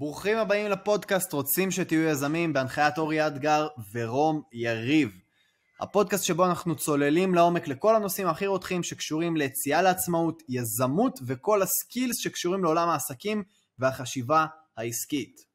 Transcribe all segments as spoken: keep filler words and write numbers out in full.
ברוכים הבאים לפודקאסט רוצים שתהיו יזמים בהנחיית אורי אדגר ורום יריב. הפודקאסט שבו אנחנו צוללים לעומק לכל הנושאים הכי רותחים שקשורים ליציאה לעצמאות, יזמות וכל הסקילס שקשורים לעולם העסקים והחשיבה העסקית.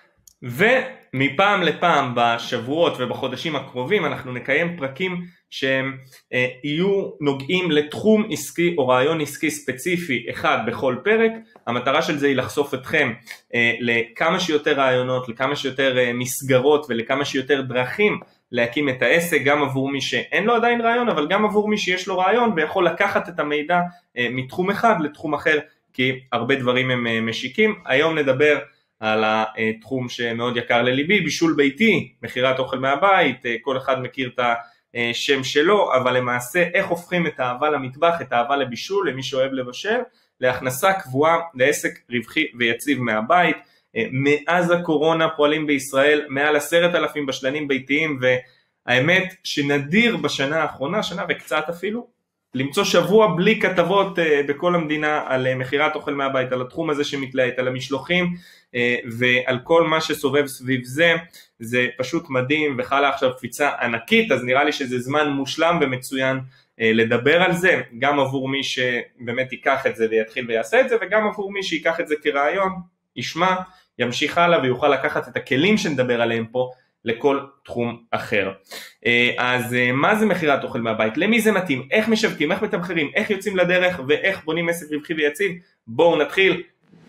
ומפעם לפעם בשבועות ובחודשים הקרובים אנחנו נקיים פרקים שהם אה, יהיו נוגעים לתחום עסקי או רעיון עסקי ספציפי אחד בכל פרק. המטרה של זה היא לחשוף אתכם אה, לכמה שיותר רעיונות, לכמה שיותר אה, מסגרות ולכמה שיותר דרכים להקים את העסק, גם עבור מי שאין לו עדיין רעיון, אבל גם עבור מי שיש לו רעיון ויכול לקחת את המידע אה, מתחום אחד לתחום אחר, כי הרבה דברים הם אה, משיקים. היום נדבר על התחום שמאוד יקר לליבי, בישול ביתי, מחירת אוכל מהבית, כל אחד מכיר את השם שלו, אבל למעשה איך הופכים את האהבה למטבח, את האהבה לבישול, למי שאוהב לבשל, להכנסה קבועה, לעסק רווחי ויציב מהבית. מאז הקורונה פועלים בישראל מעל עשרת אלפים בשלנים ביתיים, והאמת שנדיר בשנה האחרונה, שנה וקצת אפילו, למצוא שבוע בלי כתבות בכל המדינה על מחירת אוכל מהבית, על התחום הזה שמתלהט, על המשלוחים ועל כל מה שסובב סביב זה. זה פשוט מדהים וחלה עכשיו קפיצה ענקית, אז נראה לי שזה זמן מושלם ומצוין לדבר על זה, גם עבור מי שבאמת ייקח את זה ויתחיל ויעשה את זה, וגם עבור מי שיקח את זה כרעיון, ישמע, ימשיך הלאה ויוכל לקחת את הכלים שנדבר עליהם פה לכל תחום אחר. אז מה זה מחירת אוכל מהבית? למי זה מתאים? איך משווקים? איך מתמחרים? איך יוצאים לדרך? ואיך בונים עסק רווחי ויציב? בואו נתחיל.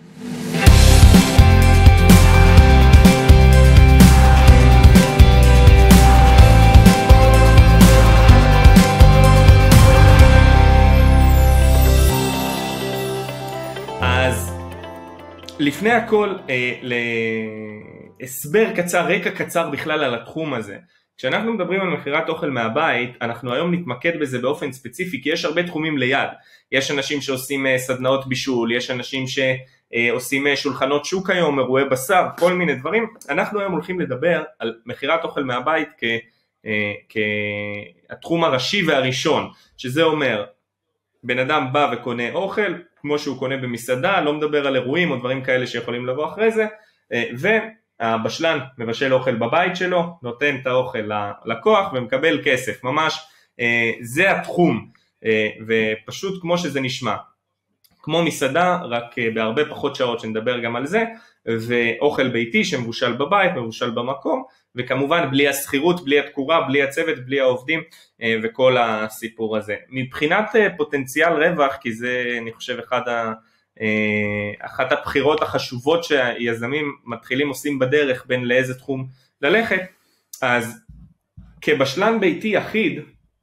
אז לפני הכל, הסבר קצר, רקע קצר בכלל על התחום הזה. כשאנחנו מדברים על מחירת אוכל מהבית, אנחנו היום נתמקד בזה באופן ספציפי, כי יש הרבה תחומים ליד. יש אנשים שעושים סדנאות בישול, יש אנשים שעושים שולחנות שוק היום, אירועי בשר, כל מיני דברים. אנחנו היום הולכים לדבר על מחירת אוכל מהבית כתחום הראשי והראשון, שזה אומר, בן אדם בא וקונה אוכל, כמו שהוא קונה במסעדה, לא מדבר על אירועים או דברים כאלה שיכולים לבוא אחרי זה, ו... הבשלן מבשל אוכל בבית שלו, נותן את האוכל ללקוח ומקבל כסף, ממש זה התחום, ופשוט כמו שזה נשמע, כמו מסעדה, רק בהרבה פחות שעות שנדבר גם על זה, ואוכל ביתי שמבושל בבית, מבושל במקום, וכמובן בלי הסחירות, בלי התקורה, בלי הצוות, בלי העובדים, וכל הסיפור הזה. מבחינת פוטנציאל רווח, כי זה אני חושב אחד ה... אחת הבחירות החשובות שהיזמים מתחילים עושים בדרך בין לאיזה תחום ללכת, אז כבשלן ביתי יחיד,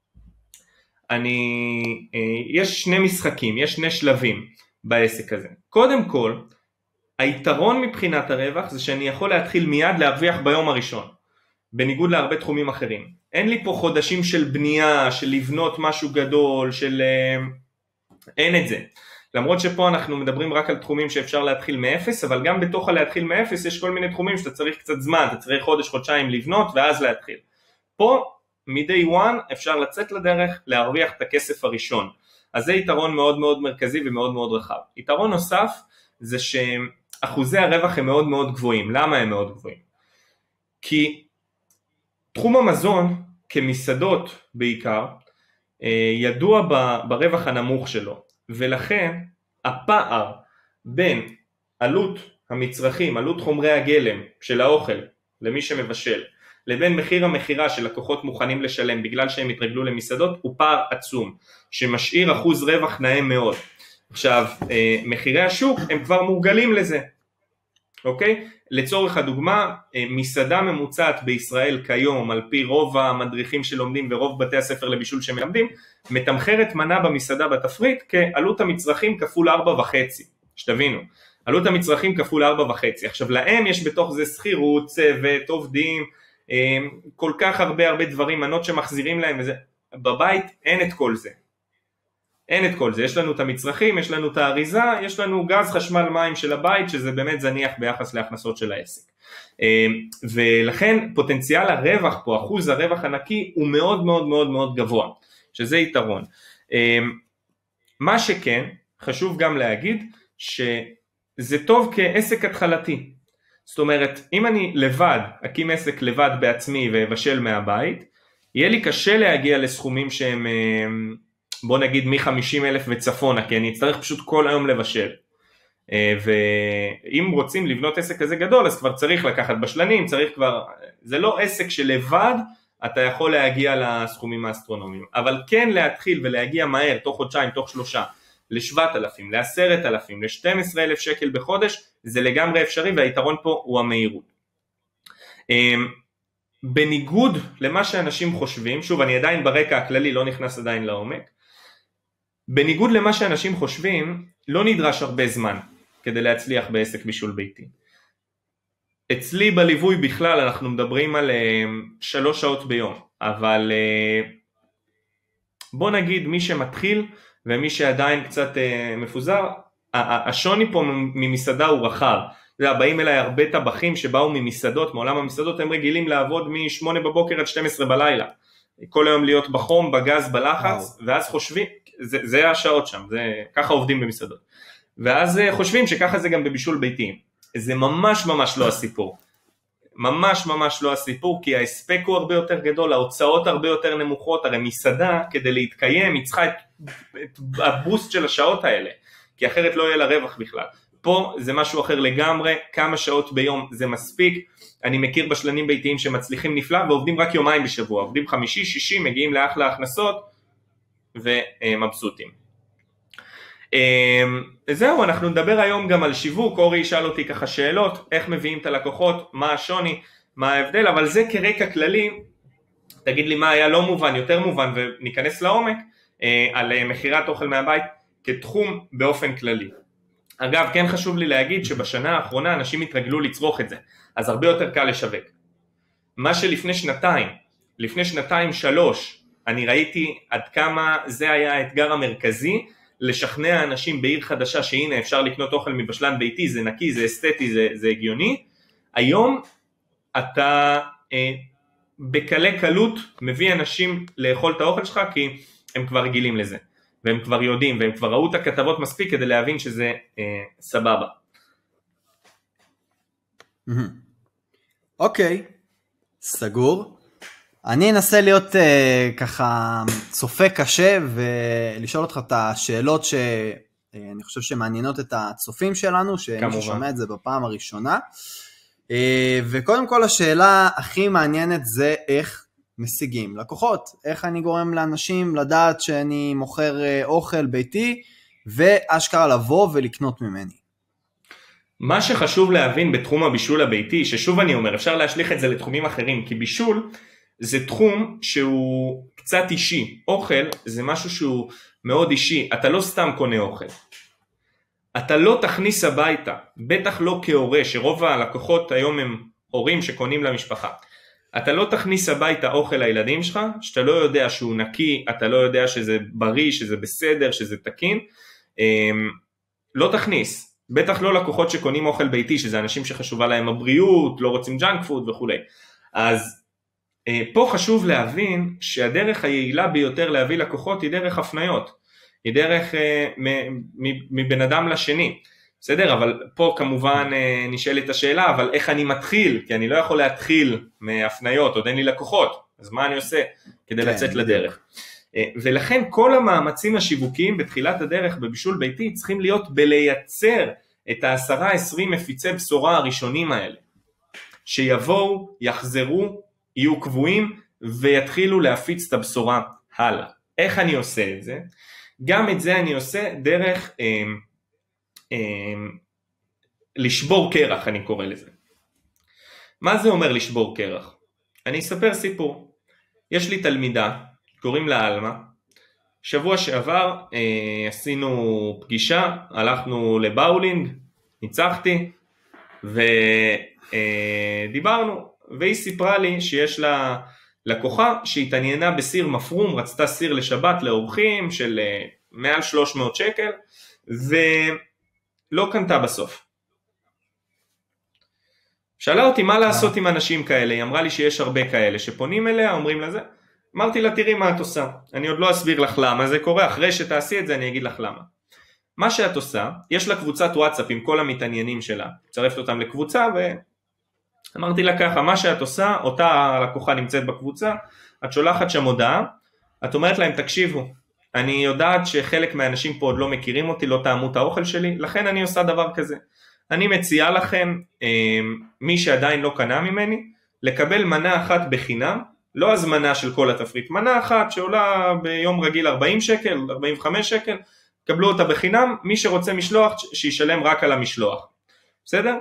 אני, יש שני משחקים, יש שני שלבים בעסק הזה. קודם כל, היתרון מבחינת הרווח זה שאני יכול להתחיל מיד להרוויח ביום הראשון, בניגוד להרבה תחומים אחרים. אין לי פה חודשים של בנייה, של לבנות משהו גדול, של... אין את זה. למרות שפה אנחנו מדברים רק על תחומים שאפשר להתחיל מאפס, אבל גם בתוך הלהתחיל מאפס יש כל מיני תחומים שאתה צריך קצת זמן, אתה צריך חודש, חודשיים לבנות ואז להתחיל. פה מ-day one אפשר לצאת לדרך להרוויח את הכסף הראשון. אז זה יתרון מאוד מאוד מרכזי ומאוד מאוד רחב. יתרון נוסף זה שאחוזי הרווח הם מאוד מאוד גבוהים. למה הם מאוד גבוהים? כי תחום המזון כמסעדות בעיקר ידוע ברווח הנמוך שלו. ולכן הפער בין עלות המצרכים, עלות חומרי הגלם של האוכל למי שמבשל, לבין מחיר המחירה שלקוחות מוכנים לשלם בגלל שהם התרגלו למסעדות, הוא פער עצום, שמשאיר אחוז רווח נאה מאוד. עכשיו, מחירי השוק הם כבר מורגלים לזה, אוקיי? לצורך הדוגמה, מסעדה ממוצעת בישראל כיום, על פי רוב המדריכים שלומדים ורוב בתי הספר לבישול שמלמדים, מתמחרת מנה במסעדה בתפריט כעלות המצרכים כפול ארבע וחצי, שתבינו, עלות המצרכים כפול ארבע וחצי. עכשיו להם יש בתוך זה שכירות, צוות, עובדים, כל כך הרבה הרבה דברים, מנות שמחזירים להם וזה. בבית אין את כל זה. אין את כל זה, יש לנו את המצרכים, יש לנו את האריזה, יש לנו גז, חשמל, מים של הבית, שזה באמת זניח ביחס להכנסות של העסק. ולכן פוטנציאל הרווח פה, אחוז הרווח הנקי, הוא מאוד מאוד מאוד מאוד גבוה, שזה יתרון. מה שכן, חשוב גם להגיד, שזה טוב כעסק התחלתי. זאת אומרת, אם אני לבד, אקים עסק לבד בעצמי ובשל מהבית, יהיה לי קשה להגיע לסכומים שהם, בוא נגיד, מ-חמישים אלף וצפונה, כי אני אצטרך פשוט כל היום לבשל. ואם רוצים לבנות עסק כזה גדול, אז כבר צריך לקחת בשלנים, צריך כבר, זה לא עסק שלבד אתה יכול להגיע לסכומים האסטרונומיים, אבל כן להתחיל ולהגיע מהר, תוך חודשיים, תוך שלושה, ל-שבעת אלפים, ל-עשרת אלפים, ל-שנים עשר אלף שקל בחודש, זה לגמרי אפשרי, והיתרון פה הוא המהירות. בניגוד למה שאנשים חושבים, שוב אני עדיין ברקע הכללי, לא נכנס עדיין לעומק, בניגוד למה שאנשים חושבים, לא נדרש הרבה זמן כדי להצליח בעסק בישול ביתי. אצלי בליווי בכלל אנחנו מדברים על שלוש שעות ביום, אבל בוא נגיד מי שמתחיל ומי שעדיין קצת מפוזר, השוני פה ממסעדה הוא רחב. באים אליי הרבה טבחים שבאו ממסעדות, מעולם המסעדות הם רגילים לעבוד מ-שמונה בבוקר עד שתים עשרה בלילה, כל היום להיות בחום, בגז, בלחץ, ואז חושבים, זה, זה השעות שם, זה, ככה עובדים במסעדות, ואז חושבים שככה זה גם בבישול ביתיים. זה ממש ממש לא הסיפור, ממש ממש לא הסיפור, כי ההספק הוא הרבה יותר גדול, ההוצאות הרבה יותר נמוכות, הרי מסעדה כדי להתקיים היא צריכה את, את הבוסט של השעות האלה, כי אחרת לא יהיה לה רווח בכלל. פה זה משהו אחר לגמרי, כמה שעות ביום זה מספיק. אני מכיר בשלנים ביתיים שמצליחים נפלא ועובדים רק יומיים בשבוע, עובדים חמישי, שישי, מגיעים לאחלה הכנסות ומבסוטים. זהו, אנחנו נדבר היום גם על שיווק. אורי ישאל אותי ככה שאלות, איך מביאים את הלקוחות, מה השוני, מה ההבדל, אבל זה כרקע כללי. תגיד לי מה היה לא מובן, יותר מובן, וניכנס לעומק על מחירת אוכל מהבית כתחום באופן כללי. אגב, כן חשוב לי להגיד שבשנה האחרונה אנשים התרגלו לצרוך את זה, אז הרבה יותר קל לשווק. מה שלפני שנתיים, לפני שנתיים שלוש, אני ראיתי עד כמה זה היה האתגר המרכזי, לשכנע אנשים בעיר חדשה שהנה אפשר לקנות אוכל מבשלן ביתי, זה נקי, זה אסתטי, זה, זה הגיוני. היום אתה אה, בקלי קלות מביא אנשים לאכול את האוכל שלך, כי הם כבר רגילים לזה. והם כבר יודעים, והם כבר ראו את הכתבות מספיק כדי להבין שזה אה, סבבה. אוקיי, סגור. אני אנסה להיות אה, ככה צופה קשה, ולשאול אותך את השאלות שאני חושב שמעניינות את הצופים שלנו, שמי ששומע את זה בפעם הראשונה. אה, וקודם כל השאלה הכי מעניינת זה איך משיגים לקוחות, איך אני גורם לאנשים לדעת שאני מוכר אוכל ביתי, ואשכרה לבוא ולקנות ממני. מה שחשוב להבין בתחום הבישול הביתי, ששוב אני אומר, אפשר להשליך את זה לתחומים אחרים, כי בישול זה תחום שהוא קצת אישי, אוכל זה משהו שהוא מאוד אישי, אתה לא סתם קונה אוכל, אתה לא תכניס הביתה, בטח לא כהורה, שרוב הלקוחות היום הם הורים שקונים למשפחה, אתה לא תכניס הביתה אוכל לילדים שלך, שאתה לא יודע שהוא נקי, אתה לא יודע שזה בריא, שזה בסדר, שזה תקין, לא תכניס, בטח לא לקוחות שקונים אוכל ביתי, שזה אנשים שחשובה להם הבריאות, לא רוצים ג'אנק פוד וכו'. אז פה חשוב להבין שהדרך היעילה ביותר להביא לקוחות היא דרך הפניות, היא דרך מבן אדם לשני. בסדר, אבל פה כמובן נשאלת השאלה, אבל איך אני מתחיל? כי אני לא יכול להתחיל מהפניות, עוד אין לי לקוחות, אז מה אני עושה כדי לצאת לדרך? ולכן כל המאמצים השיווקיים בתחילת הדרך בבישול ביתי צריכים להיות בלייצר את העשרה עשרים מפיצי בשורה הראשונים האלה, שיבואו, יחזרו, יהיו קבועים ויתחילו להפיץ את הבשורה הלאה. איך אני עושה את זה? גם את זה אני עושה דרך לשבור קרח, אני קורא לזה. מה זה אומר לשבור קרח? אני אספר סיפור. יש לי תלמידה, קוראים לה אלמה, שבוע שעבר אה, עשינו פגישה, הלכנו לבאולינג, ניצחתי, ודיברנו, אה, והיא סיפרה לי שיש לה לקוחה שהתעניינה בסיר מפרום, רצתה סיר לשבת לאורחים של אה, מעל שלוש מאות שקל, ולא קנתה בסוף. שאלה אותי מה לעשות עם אנשים כאלה, היא אמרה לי שיש הרבה כאלה שפונים אליה, אומרים לזה, אמרתי לה תראי מה את עושה, אני עוד לא אסביר לך למה זה קורה, אחרי שתעשי את זה אני אגיד לך למה. מה שאת עושה, יש לה קבוצת וואטסאפ עם כל המתעניינים שלה, צרפת אותם לקבוצה אמרתי לה ככה, מה שאת עושה, אותה לקוחה נמצאת בקבוצה, את שולחת שם הודעה, את אומרת להם, תקשיבו, אני יודעת שחלק מהאנשים פה עוד לא מכירים אותי, לא טעמו את האוכל שלי, לכן אני עושה דבר כזה. אני מציעה לכם, מי שעדיין לא קנה ממני, לקבל מנה אחת בחינם, לא הזמנה של כל התפריט, מנה אחת שעולה ביום רגיל ארבעים שקל, ארבעים וחמש שקל, קבלו אותה בחינם, מי שרוצה משלוח, שישלם רק על המשלוח. בסדר?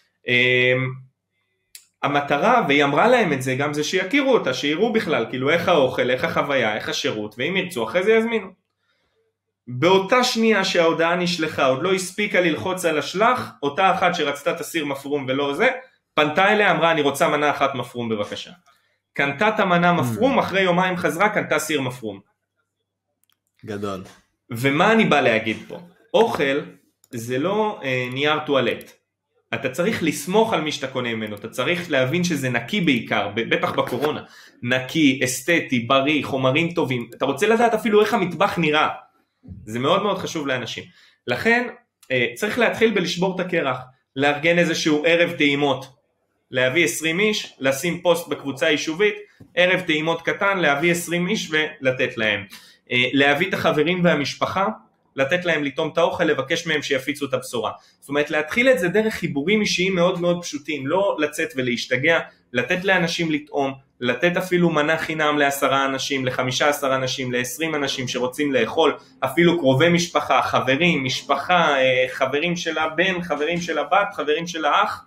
המטרה, והיא אמרה להם את זה, גם זה שיכירו אותה, שיראו בכלל, כאילו איך האוכל, איך החוויה, איך השירות, ואם ירצו, אחרי זה יזמינו. באותה שנייה שההודעה נשלחה, עוד לא הספיקה ללחוץ על השלח, אותה אחת שרצתה תסיר מפרום ולא זה, פנתה אליה, אמרה, אני רוצה מנה אחת מפרום בבקשה. קנתה את המנה מפרום, אחרי יומיים חזרה, קנתה סיר מפרום. גדול. ומה אני בא להגיד פה? אוכל זה לא אה, נייר טואלט. אתה צריך לסמוך על מי שאתה קונה ממנו, אתה צריך להבין שזה נקי בעיקר, בטח בקורונה, נקי, אסתטי, בריא, חומרים טובים, אתה רוצה לדעת אפילו איך המטבח נראה, זה מאוד מאוד חשוב לאנשים. לכן צריך להתחיל בלשבור את הקרח, לארגן איזשהו ערב טעימות, להביא עשרים איש, לשים פוסט בקבוצה יישובית, ערב טעימות קטן, להביא עשרים איש ולתת להם. להביא את החברים והמשפחה, לתת להם לטעום את האוכל, לבקש מהם שיפיצו את הבשורה. זאת אומרת, להתחיל את זה דרך חיבורים אישיים מאוד מאוד פשוטים, לא לצאת ולהשתגע, לתת לאנשים לטעום, לתת אפילו מנה חינם לעשרה אנשים, לחמישה עשר אנשים, לעשרים אנשים שרוצים לאכול, אפילו קרובי משפחה, חברים, משפחה, חברים של הבן, חברים של הבת, חברים של האח,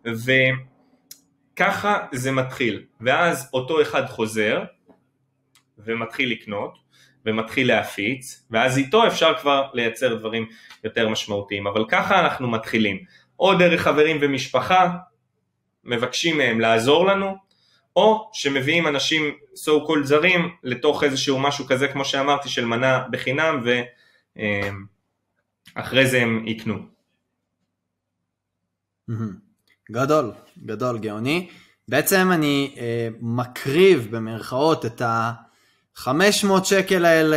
וככה זה מתחיל. ואז אותו אחד חוזר, ומתחיל לקנות, ומתחיל להפיץ, ואז איתו אפשר כבר לייצר דברים יותר משמעותיים, אבל ככה אנחנו מתחילים, או דרך חברים ומשפחה, מבקשים מהם לעזור לנו, או שמביאים אנשים so called זרים, לתוך איזשהו משהו כזה, כמו שאמרתי, של מנה בחינם, ואחרי זה הם יקנו. גדול, גדול, גאוני. בעצם אני אה, מקריב במרכאות את ה... חמש מאות שקל האלה,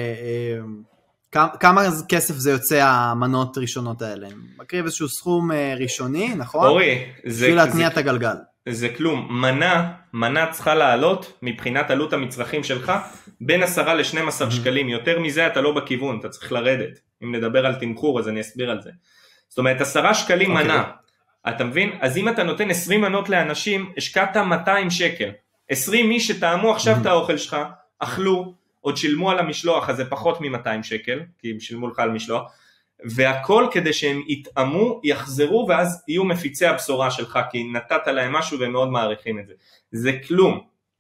כמה כסף זה יוצא המנות ראשונות האלה? מקריב איזשהו סכום ראשוני, נכון? אורי, בשביל להתניע את הגלגל. זה כלום, מנה, מנה צריכה לעלות מבחינת עלות המצרכים שלך, בין עשרה ל-שנים עשר שקלים, יותר מזה אתה לא בכיוון, אתה צריך לרדת. אם נדבר על תמחור אז אני אסביר על זה. זאת אומרת, עשרה שקלים מנה, אתה מבין? אז אם אתה נותן עשרים מנות לאנשים, השקעת מאתיים שקל. עשרים מי שטעמו עכשיו את האוכל שלך, אכלו, עוד שילמו על המשלוח, אז זה פחות מ-מאתיים שקל, כי הם שילמו לך על משלוח, והכל כדי שהם יתאמו, יחזרו, ואז יהיו מפיצי הבשורה שלך, כי נתת להם משהו והם מאוד מעריכים את זה. זה כלום.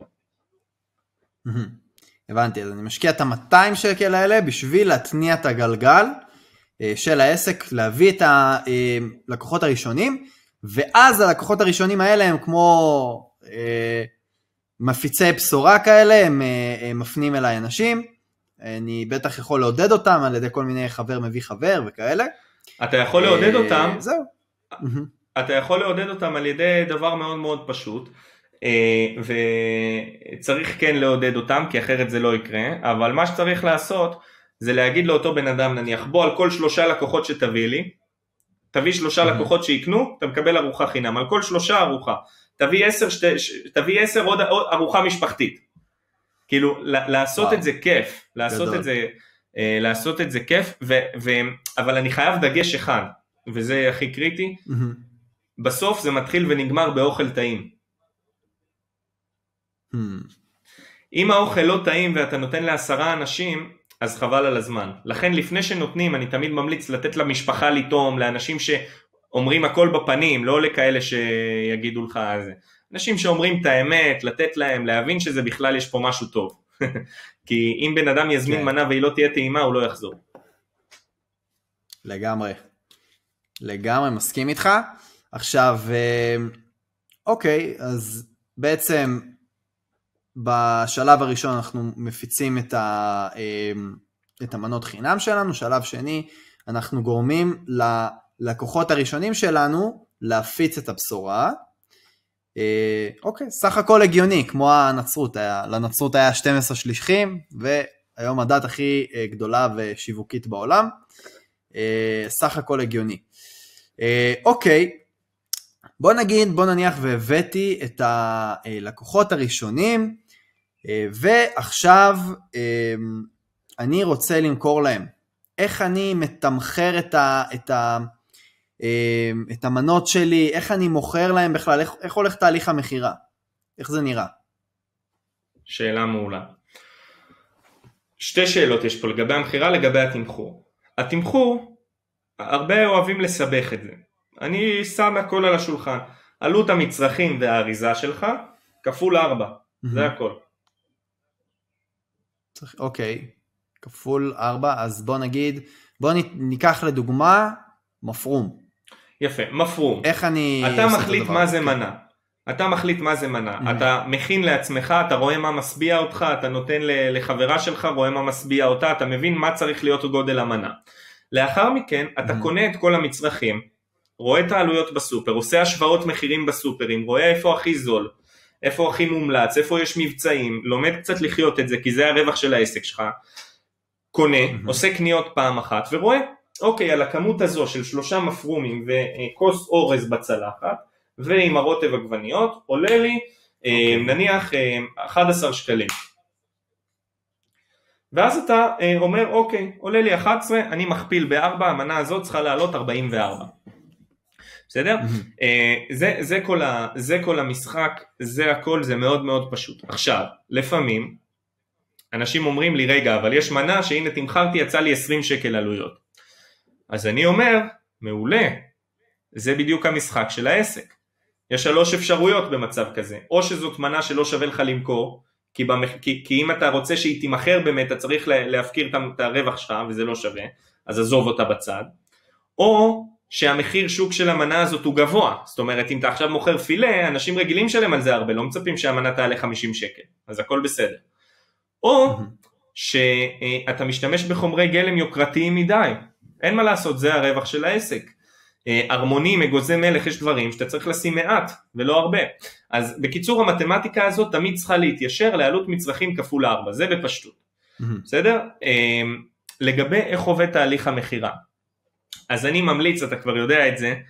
הבנתי, אז אני משקיע את ה-מאתיים שקל האלה, בשביל להתניע את הגלגל של העסק, להביא את הלקוחות הראשונים, ואז הלקוחות הראשונים האלה הם כמו... מפיצי בשורה כאלה, הם, הם מפנים אליי אנשים, אני בטח יכול לעודד אותם על ידי כל מיני חבר מביא חבר וכאלה. אתה יכול לעודד אותם, זהו. אתה יכול לעודד אותם על ידי דבר מאוד מאוד פשוט, וצריך כן לעודד אותם, כי אחרת זה לא יקרה, אבל מה שצריך לעשות, זה להגיד לאותו בן אדם, נניח, בוא על כל שלושה לקוחות שתביא לי, תביא שלושה לקוחות שיקנו, אתה מקבל ארוחה חינם, על כל שלושה ארוחה, תביא עשר, שתי, ש... תביא עשר עוד, עוד ארוחה משפחתית. כאילו, לעשות וואו. את זה כיף, לעשות גדול. את זה, אה, לעשות את זה כיף, ו, ו, אבל אני חייב דגש אחד, וזה הכי קריטי, mm-hmm. בסוף זה מתחיל ונגמר באוכל טעים. Mm. אם האוכל לא טעים ואתה נותן לעשרה אנשים, אז חבל על הזמן. לכן לפני שנותנים, אני תמיד ממליץ לתת למשפחה לטעום, לאנשים ש... אומרים הכל בפנים, לא לכאלה שיגידו לך זה. אנשים שאומרים את האמת, לתת להם, להבין שזה בכלל יש פה משהו טוב. כי אם בן אדם יזמין כן. מנה והיא לא תהיה טעימה, הוא לא יחזור. לגמרי. לגמרי, מסכים איתך. עכשיו, אוקיי, אז בעצם בשלב הראשון אנחנו מפיצים את, ה, את המנות חינם שלנו, שלב שני, אנחנו גורמים ל... לקוחות הראשונים שלנו להפיץ את הבשורה. אה, אוקיי, סך הכל הגיוני, כמו הנצרות, היה, לנצרות היה שנים עשר שליחים, והיום הדת הכי אה, גדולה ושיווקית בעולם, אה, סך הכל הגיוני. אה, אוקיי, בוא נגיד, בוא נניח והבאתי את הלקוחות הראשונים, ועכשיו אני רוצה למכור להם. איך אני מתמחר את, ה, את, ה, את המנות שלי, איך אני מוכר להם בכלל, איך, איך הולך תהליך המחירה? איך זה נראה? שאלה מעולה. שתי שאלות יש פה לגבי המחירה, לגבי התמחור. התמחור, הרבה אוהבים לסבך את זה. אני שם הכל על השולחן. עלות המצרכים והאריזה שלך, כפול ארבע. Mm-hmm. זה הכל. אוקיי. כפול ארבע, אז בוא נגיד, בוא ניקח לדוגמה, מפרום. יפה, מפרום. איך אני... אתה מחליט מה זה מנה. אתה מחליט מה זה מנה. Mm-hmm. אתה מכין לעצמך, אתה רואה מה משביע אותך, אתה נותן לחברה שלך, רואה מה משביע אותה, אתה מבין מה צריך להיות גודל המנה. לאחר מכן, אתה mm-hmm. קונה את כל המצרכים, רואה את העלויות בסופר, עושה השוואות מחירים בסופרים, רואה איפה הכי זול, איפה הכי מומלץ, איפה יש מבצעים, לומד קצת לחיות את זה, כי זה הרווח של העסק שלך, קונה, mm-hmm. עושה קניות פעם אחת, ורואה, אוקיי, על הכמות הזו של שלושה מפרומים וכוס אורז בצלחת, ועם הרוטב עגבניות, עולה לי okay. נניח אחד עשר שקלים. ואז אתה אומר, אוקיי, עולה לי אחת עשרה, אני מכפיל ב-ארבע, המנה הזאת צריכה לעלות ארבעים וארבע. בסדר? Mm-hmm. זה, זה, כל ה, זה כל המשחק, זה הכל, זה מאוד מאוד פשוט. עכשיו, לפעמים, אנשים אומרים לי, רגע, אבל יש מנה שהנה תמחרתי, יצא לי עשרים שקל עלויות. אז אני אומר, מעולה, זה בדיוק המשחק של העסק. יש שלוש אפשרויות במצב כזה, או שזאת מנה שלא שווה לך למכור, כי, במח... כי, כי אם אתה רוצה שהיא תימחר באמת, אתה צריך להפקיר את הרווח שלך, וזה לא שווה, אז עזוב אותה בצד, או שהמחיר שוק של המנה הזאת הוא גבוה, זאת אומרת, אם אתה עכשיו מוכר פילה, אנשים רגילים שלהם על זה הרבה, לא מצפים שהמנה תעלה חמישים שקל, אז הכל בסדר. או שאתה משתמש בחומרי גלם יוקרתיים מדי, אין מה לעשות, זה הרווח של העסק. ארמונים, אגוזי מלך, יש דברים שאתה צריך לשים מעט ולא הרבה. אז בקיצור, המתמטיקה הזאת תמיד צריכה להתיישר לעלות מצרכים כפול ארבע, זה בפשטות. בסדר? לגבי איך עובד תהליך המחירה. אז אני ממליץ, אתה כבר יודע את זה,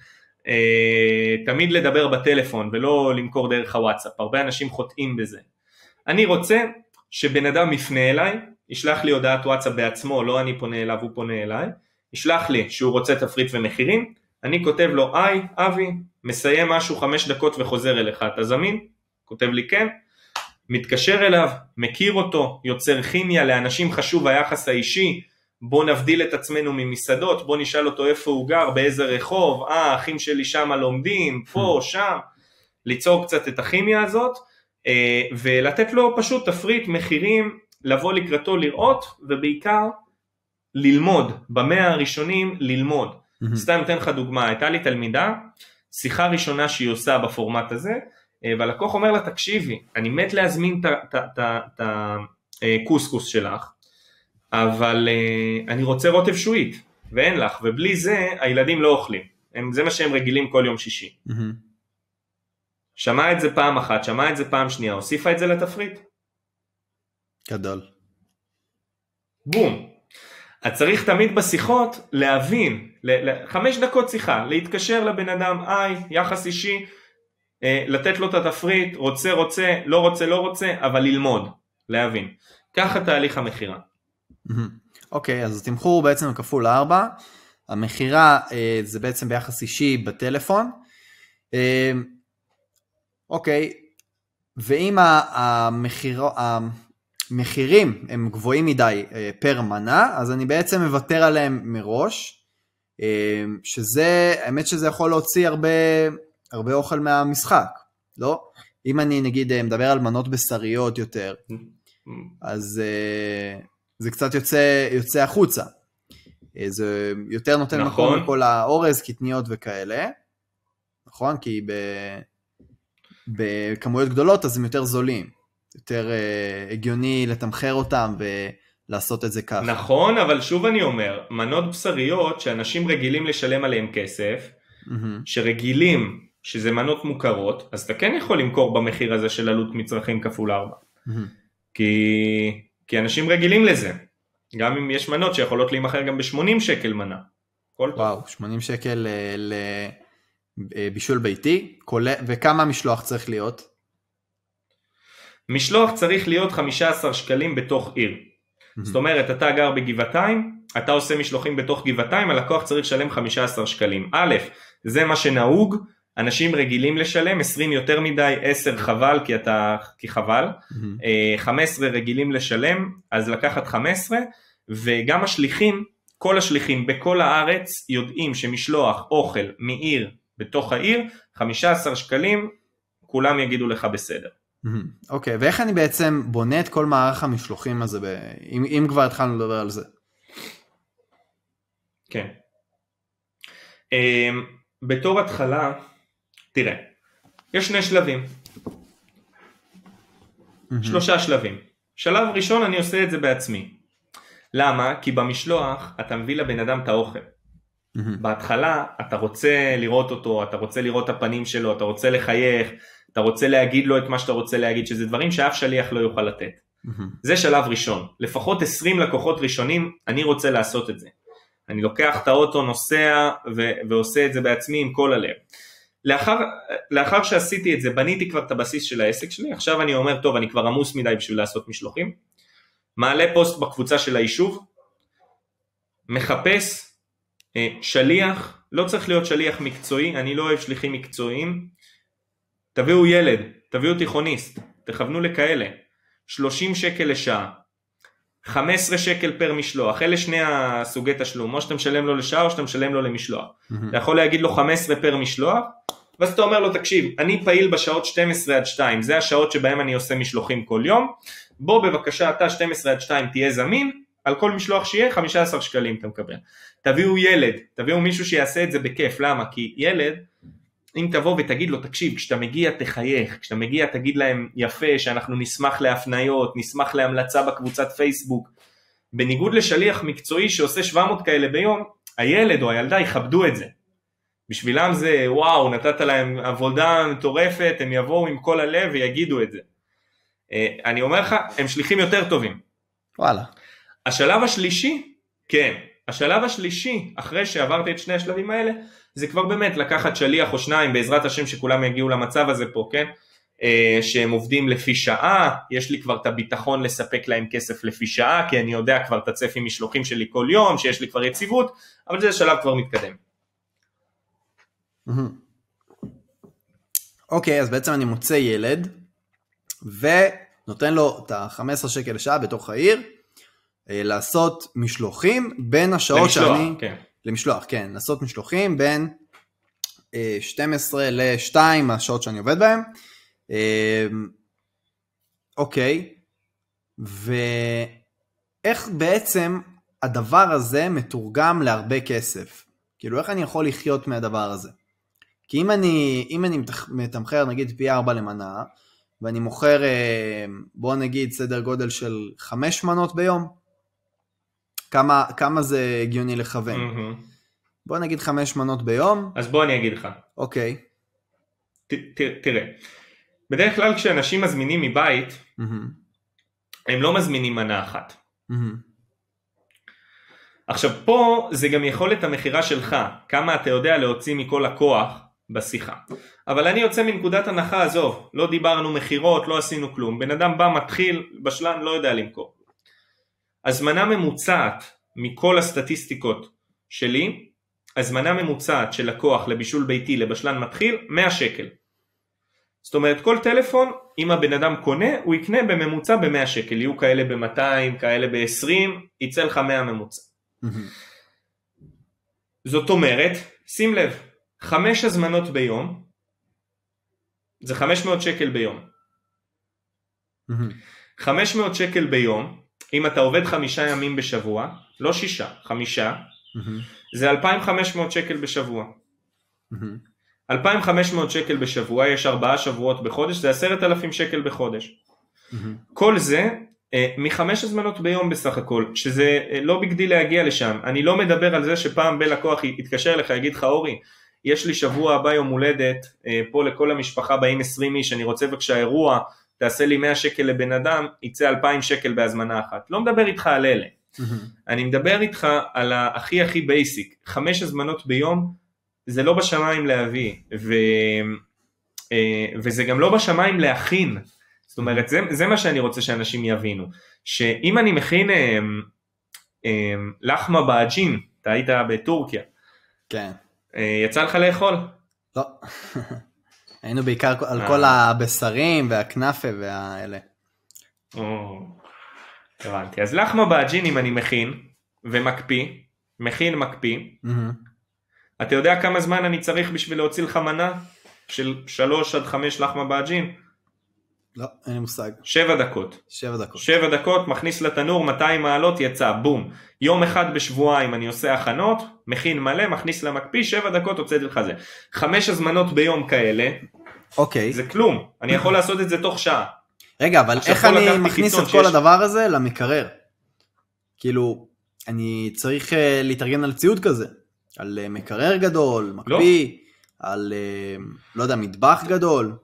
תמיד לדבר בטלפון ולא למכור דרך הוואטסאפ, הרבה אנשים חוטאים בזה. אני רוצה שבן אדם יפנה אליי, ישלח לי הודעת וואטסאפ בעצמו, לא אני פונה אליו, הוא פונה אליי, ישלח לי שהוא רוצה תפריט ומחירים, אני כותב לו, היי, אבי, מסיים משהו חמש דקות וחוזר אליך, אתה זמין? כותב לי כן, מתקשר אליו, מכיר אותו, יוצר כימיה, לאנשים חשוב היחס האישי, בוא נבדיל את עצמנו ממסעדות, בוא נשאל אותו איפה הוא גר, באיזה רחוב, אה, אחים שלי שם לומדים, פה, שם, ליצור קצת את הכימיה הזאת, ולתת לו פשוט תפריט, מחירים, לבוא לקראתו לראות, ובעיקר ללמוד, במאה הראשונים ללמוד. Mm-hmm. סתם נותן לך דוגמה, הייתה לי תלמידה, שיחה ראשונה שהיא עושה בפורמט הזה, והלקוח אומר לה, תקשיבי, אני מת להזמין את הקוסקוס שלך, אבל אני רוצה רוטב שועית, ואין לך, ובלי זה הילדים לא אוכלים, זה מה שהם רגילים כל יום שישי. Mm-hmm. שמע את זה פעם אחת, שמע את זה פעם שנייה, הוסיפה את זה לתפריט? גדול. בום. את צריך תמיד בשיחות להבין, חמש דקות שיחה, להתקשר לבן אדם, איי, יחס אישי, לתת לו את התפריט, רוצה, רוצה, לא רוצה, לא רוצה, אבל ללמוד, להבין. ככה תהליך המחירה. אוקיי, אז התמחור בעצם כפול ארבע, המחירה זה בעצם ביחס אישי בטלפון, אוקיי, ואם המחירה, מחירים הם גבוהים מדי פר מנה, אז אני בעצם מוותר עליהם מראש, שזה, האמת שזה יכול להוציא הרבה, הרבה אוכל מהמשחק, לא? אם אני נגיד מדבר על מנות בשריות יותר, אז זה קצת יוצא, יוצא החוצה. זה יותר נותן נכון. מקום לכל האורז, קטניות וכאלה, נכון? כי ב, בכמויות גדולות אז הם יותר זולים. יותר uh, הגיוני לתמחר אותם ולעשות את זה ככה. נכון, אבל שוב אני אומר, מנות בשריות שאנשים רגילים לשלם עליהם כסף, mm-hmm. שרגילים שזה מנות מוכרות, אז אתה כן יכול למכור במחיר הזה של עלות מצרכים כפול ארבע. Mm-hmm. כי, כי אנשים רגילים לזה. גם אם יש מנות שיכולות להימחר גם ב-שמונים שקל מנה. וואו, שמונים שקל ל... בישול ביתי, וכמה משלוח צריך להיות? משלוח צריך להיות חמישה עשר שקלים בתוך עיר. זאת אומרת, אתה גר בגבעתיים, אתה עושה משלוחים בתוך גבעתיים, הלקוח צריך לשלם חמישה עשר שקלים. א', זה מה שנהוג, אנשים רגילים לשלם, עשרים יותר מדי, עשר חבל, כי אתה, כי חבל, חמש עשרה רגילים לשלם, אז לקחת חמש עשרה, וגם השליחים, כל השליחים בכל הארץ יודעים שמשלוח אוכל מעיר בתוך העיר, חמישה עשר שקלים, כולם יגידו לך בסדר. אוקיי, ואיך אני בעצם בונה את כל מערך המשלוחים הזה, אם כבר התחלנו לדבר על זה? כן. בתור התחלה, תראה, יש שני שלבים. שלושה שלבים. שלב ראשון אני עושה את זה בעצמי. למה? כי במשלוח אתה מביא לבן אדם את האוכל. בהתחלה אתה רוצה לראות אותו, אתה רוצה לראות את הפנים שלו, אתה רוצה לחייך, אתה רוצה להגיד לו את מה שאתה רוצה להגיד, שזה דברים שאף שליח לא יוכל לתת. זה שלב ראשון. לפחות עשרים לקוחות ראשונים, אני רוצה לעשות את זה. אני לוקח את האוטו, נוסע ו- ועושה את זה בעצמי עם כל הלב. לאחר, לאחר שעשיתי את זה, בניתי כבר את הבסיס של העסק שלי, עכשיו אני אומר, טוב, אני כבר עמוס מדי בשביל לעשות משלוחים, מעלה פוסט בקבוצה של היישוב, מחפש אה, שליח, לא צריך להיות שליח מקצועי, אני לא אוהב שליחים מקצועיים, תביאו ילד, תביאו תיכוניסט, תכוונו לכאלה, שלושים שקל לשעה, חמישה עשר שקל פר משלוח, אלה שני הסוגי תשלום, או שאתה משלם לו לשעה או שאתה משלם לו למשלוח, mm-hmm. אתה יכול להגיד לו חמש עשרה פר משלוח, ואז אתה אומר לו, תקשיב, אני פעיל בשעות שתים עשרה עד שתיים, זה השעות שבהם אני עושה משלוחים כל יום, בוא בבקשה אתה שתים עשרה עד שתיים תהיה זמין, על כל משלוח שיהיה חמישה עשר שקלים אתה מקבל, תביאו ילד, תביאו מישהו שיעשה את זה בכיף, למה? כי ילד, אם תבוא ותגיד לו, תקשיב, כשאתה מגיע תחייך, כשאתה מגיע תגיד להם יפה, שאנחנו נשמח להפניות, נשמח להמלצה בקבוצת פייסבוק, בניגוד לשליח מקצועי שעושה שבע מאות כאלה ביום, הילד או הילדה יכבדו את זה. בשבילם זה, וואו, נתת להם עבודה מטורפת, הם יבואו עם כל הלב ויגידו את זה. אני אומר לך, הם שליחים יותר טובים. וואלה. השלב השלישי, כן, השלב השלישי, אחרי שעברתי את שני השלבים האלה, זה כבר באמת לקחת שליח או שניים, בעזרת השם שכולם יגיעו למצב הזה פה, כן? שהם עובדים לפי שעה, יש לי כבר את הביטחון לספק להם כסף לפי שעה, כי אני יודע כבר את הצפי משלוחים שלי כל יום, שיש לי כבר יציבות, אבל זה שלב כבר מתקדם. אוקיי, אז בעצם אני מוצא ילד, ונותן לו את ה-חמש עשרה שקל לשעה בתוך העיר, לעשות משלוחים בין השעות שאני... כן. למשלוח, כן, לעשות משלוחים בין אה, שתים עשרה ל-שתיים השעות שאני עובד בהם. אה, אוקיי, ואיך בעצם הדבר הזה מתורגם להרבה כסף? כאילו, איך אני יכול לחיות מהדבר הזה? כי אם אני, אם אני מתמחר, נגיד, פי ארבע למנה, ואני מוכר, אה, בוא נגיד, סדר גודל של חמש מנות ביום, כמה, כמה זה הגיוני לכוון? Mm-hmm. בוא נגיד חמש מנות ביום. אז בוא אני אגיד לך. אוקיי. ת, ת, תראה, בדרך כלל כשאנשים מזמינים מבית, mm-hmm. הם לא מזמינים מנה אחת. Mm-hmm. עכשיו פה זה גם יכולת המחירה שלך, כמה אתה יודע להוציא מכל הכוח בשיחה. אבל אני יוצא מנקודת הנחה הזו, לא דיברנו מחירות, לא עשינו כלום. בן אדם בא מתחיל, בשלן לא יודע למכור. הזמנה ממוצעת מכל הסטטיסטיקות שלי, הזמנה ממוצעת של לקוח לבישול ביתי לבשלן מתחיל, מאה שקל. זאת אומרת, כל טלפון, אם הבן אדם קונה, הוא יקנה בממוצע ב-מאה שקל. יהיו כאלה ב-מאתיים, כאלה ב-עשרים, יצא לך מאה ממוצע. זאת אומרת, שים לב, חמש הזמנות ביום, זה חמש מאות שקל ביום. חמש מאות שקל ביום, אם אתה עובד חמישה ימים בשבוע, לא שישה, חמישה, זה אלפיים וחמש מאות שקל בשבוע. אלפיים וחמש מאות שקל בשבוע, יש ארבעה שבועות בחודש, זה עשרת אלפים שקל בחודש. כל זה מחמש הזמנות ביום בסך הכל, שזה לא בגדיל להגיע לשם. אני לא מדבר על זה שפעם בלקוח יתקשר לך, יגיד לך, אורי, יש לי שבוע הבא יום הולדת, פה לכל המשפחה באים עשרים איש, אני רוצה בבקשה אירוע, תעשה לי מאה שקל לבן אדם, יצא אלפיים שקל בהזמנה אחת. לא מדבר איתך על אלה. אני מדבר איתך על הכי הכי בייסיק, חמש הזמנות ביום, זה לא בשמיים להביא, ו, וזה גם לא בשמיים להכין, זאת אומרת, זה, זה מה שאני רוצה שאנשים יבינו, שאם אני מכין לחמה באג'ין, אתה היית בטורקיה, כן. יצא לך לאכול? לא. היינו בעיקר על כל הבשרים והכנפה והאלה. הבנתי, אז לחמה באג'ין אם אני מכין ומקפיא, מכין מקפיא, אתה יודע כמה זמן אני צריך בשביל להוציא לך מנה של שלוש עד חמש לחמה באג'ין? לא, אין לי מושג. שבע דקות. שבע דקות. שבע דקות, מכניס לתנור, מאתיים מעלות, יצא, בום. יום אחד בשבועיים אני עושה הכנות, מכין מלא, מכניס למקפיא, שבע דקות, הוצאתי לך זה. חמש הזמנות ביום כאלה, אוקיי. זה כלום. אני יכול לעשות את זה תוך שעה. רגע, אבל איך אני מכניס את כל הדבר הזה למקרר? כאילו, אני צריך להתארגן על ציוד כזה. על מקרר גדול, מקפיא, על, לא יודע, מטבח גדול.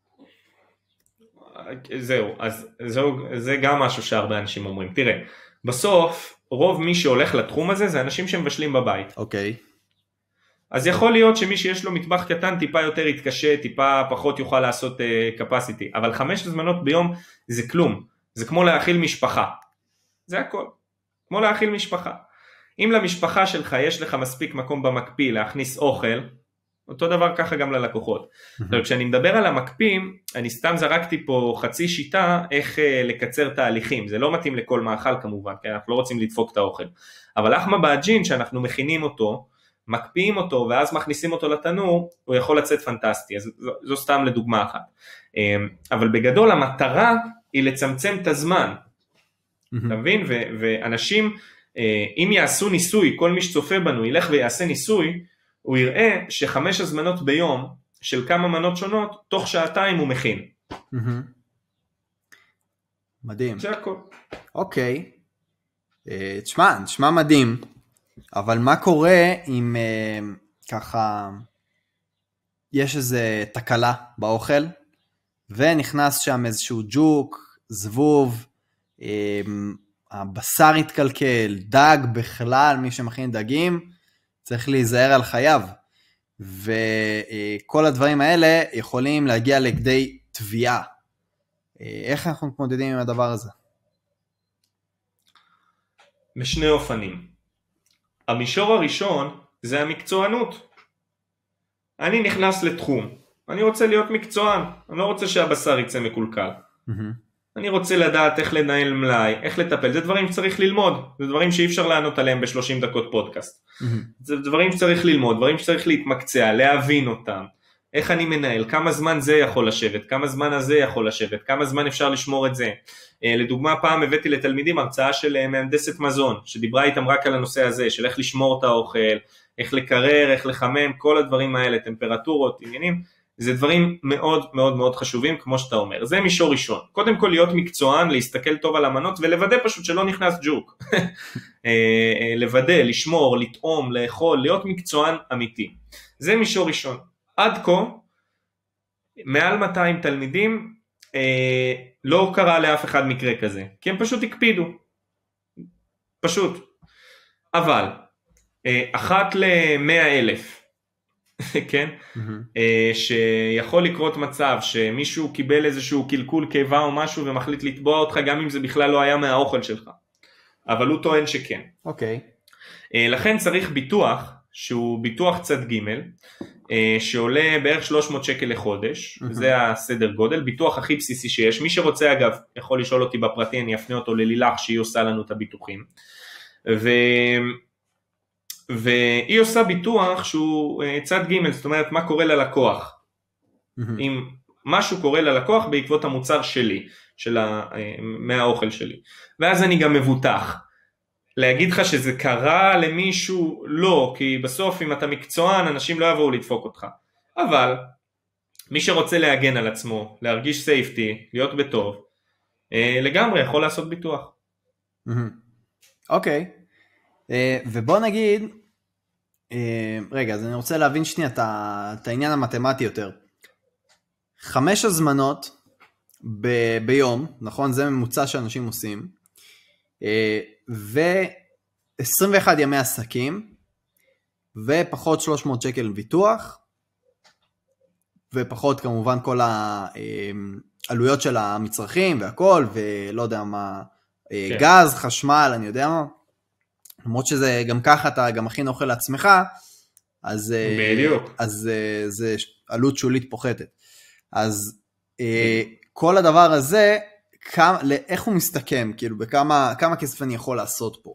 זהו, אז זהו, זה גם משהו שהרבה אנשים אומרים. תראה, בסוף, רוב מי שהולך לתחום הזה, זה אנשים שמבשלים בבית. אוקיי. אז יכול להיות שמי שיש לו מטבח קטן, טיפה יותר יתקשה, טיפה פחות יוכל לעשות uh, capacity. אבל חמש הזמנות ביום זה כלום. זה כמו להאכיל משפחה. זה הכל. כמו להאכיל משפחה. אם למשפחה שלך יש לך מספיק מקום במקפיא להכניס אוכל, אותו דבר ככה גם ללקוחות. Mm-hmm. כשאני מדבר על המקפים, אני סתם זרקתי פה חצי שיטה איך uh, לקצר תהליכים. זה לא מתאים לכל מאכל כמובן, כי אנחנו לא רוצים לדפוק את האוכל. אבל לחמה באג'ין שאנחנו מכינים אותו, מקפיאים אותו ואז מכניסים אותו לתנור, הוא יכול לצאת פנטסטי. אז זו, זו סתם לדוגמה אחת. אבל בגדול המטרה היא לצמצם את הזמן. Mm-hmm. אתה מבין? ו- ואנשים, אם יעשו ניסוי, כל מי שצופה בנו ילך ויעשה ניסוי, הוא יראה שחמש הזמנות ביום של כמה מנות שונות, תוך שעתיים הוא מכין. Mm-hmm. מדהים. זה הכל. אוקיי. תשמע, תשמע מדהים. אבל מה קורה אם ככה יש איזה תקלה באוכל ונכנס שם איזשהו ג'וק, זבוב, הבשר התקלקל, דג בכלל, מי שמכין דגים צריך להיזהר על חייו, וכל הדברים האלה יכולים להגיע לכדי תביעה. איך אנחנו מתמודדים עם הדבר הזה? בשני אופנים. המישור הראשון זה המקצוענות. אני נכנס לתחום, אני רוצה להיות מקצוען, אני לא רוצה שהבשר יצא מקולקל. Mm-hmm. אני רוצה לדעת איך לנהל מלאי, איך לטפל, זה דברים שצריך ללמוד, זה דברים שאי אפשר לענות עליהם ב-שלושים דקות פודקאסט. Mm-hmm. זה דברים שצריך ללמוד, דברים שצריך להתמקצע, להבין אותם, איך אני מנהל, כמה זמן זה יכול לשבת, כמה זמן הזה יכול לשבת, כמה זמן אפשר לשמור את זה. לדוגמה, פעם הבאתי לתלמידים הרצאה של מהנדסת מזון, שדיברה איתם רק על הנושא הזה, של איך לשמור את האוכל, איך לקרר, איך לחמם, כל הדברים האלה, טמפרטורות, עניינים, זה דברים מאוד מאוד מאוד חשובים, כמו שאתה אומר. זה מישור ראשון. קודם כל להיות מקצוען, להסתכל טוב על המנות, ולוודא פשוט שלא נכנס ג'וק. לוודא, לשמור, לטעום, לאכול, להיות מקצוען אמיתי. זה מישור ראשון. עד כה, מעל מאתיים תלמידים, אה, לא קרה לאף אחד מקרה כזה, כי הם פשוט הקפידו, פשוט. אבל, אה, אחת למאה אלף, כן? Mm-hmm. אה, שיכול לקרות מצב שמישהו קיבל איזשהו קלקול קיבה או משהו ומחליט לתבוע אותך, גם אם זה בכלל לא היה מהאוכל שלך. אבל הוא טוען שכן. אוקיי. Okay. אה, לכן צריך ביטוח, שהוא ביטוח צד ג' שעולה בערך שלוש מאות שקל לחודש, mm-hmm. זה הסדר גודל, ביטוח הכי בסיסי שיש, מי שרוצה אגב יכול לשאול אותי בפרטי, אני אפנה אותו ללילך שהיא עושה לנו את הביטוחים, ו... והיא עושה ביטוח שהוא צד ג', זאת אומרת מה קורה ללקוח, mm-hmm. אם משהו קורה ללקוח בעקבות המוצר שלי, של ה... מהאוכל שלי, ואז אני גם מבוטח, להגיד לך שזה קרה למישהו, לא, כי בסוף אם אתה מקצוען, אנשים לא יבואו לדפוק אותך. אבל, מי שרוצה להגן על עצמו, להרגיש סייפטי, להיות בטוב, לגמרי יכול לעשות ביטוח. אוקיי, ובוא נגיד, רגע, אז אני רוצה להבין שנייה את העניין המתמטי יותר. חמש הזמנות ביום, נכון? זה ממוצע שאנשים עושים, ו-עשרים ואחד ימי עסקים, ופחות שלוש מאות שקל ביטוח, ופחות כמובן כל העלויות של המצרכים והכל, ולא יודע מה, כן. גז, חשמל, אני יודע מה, למרות שזה גם ככה אתה גם מכין אוכל לעצמך, אז, בדיוק. אז זה עלות שולית פוחתת. אז כל הדבר הזה, כמה, איך הוא מסתכם, כאילו, בכמה כמה כסף אני יכול לעשות פה?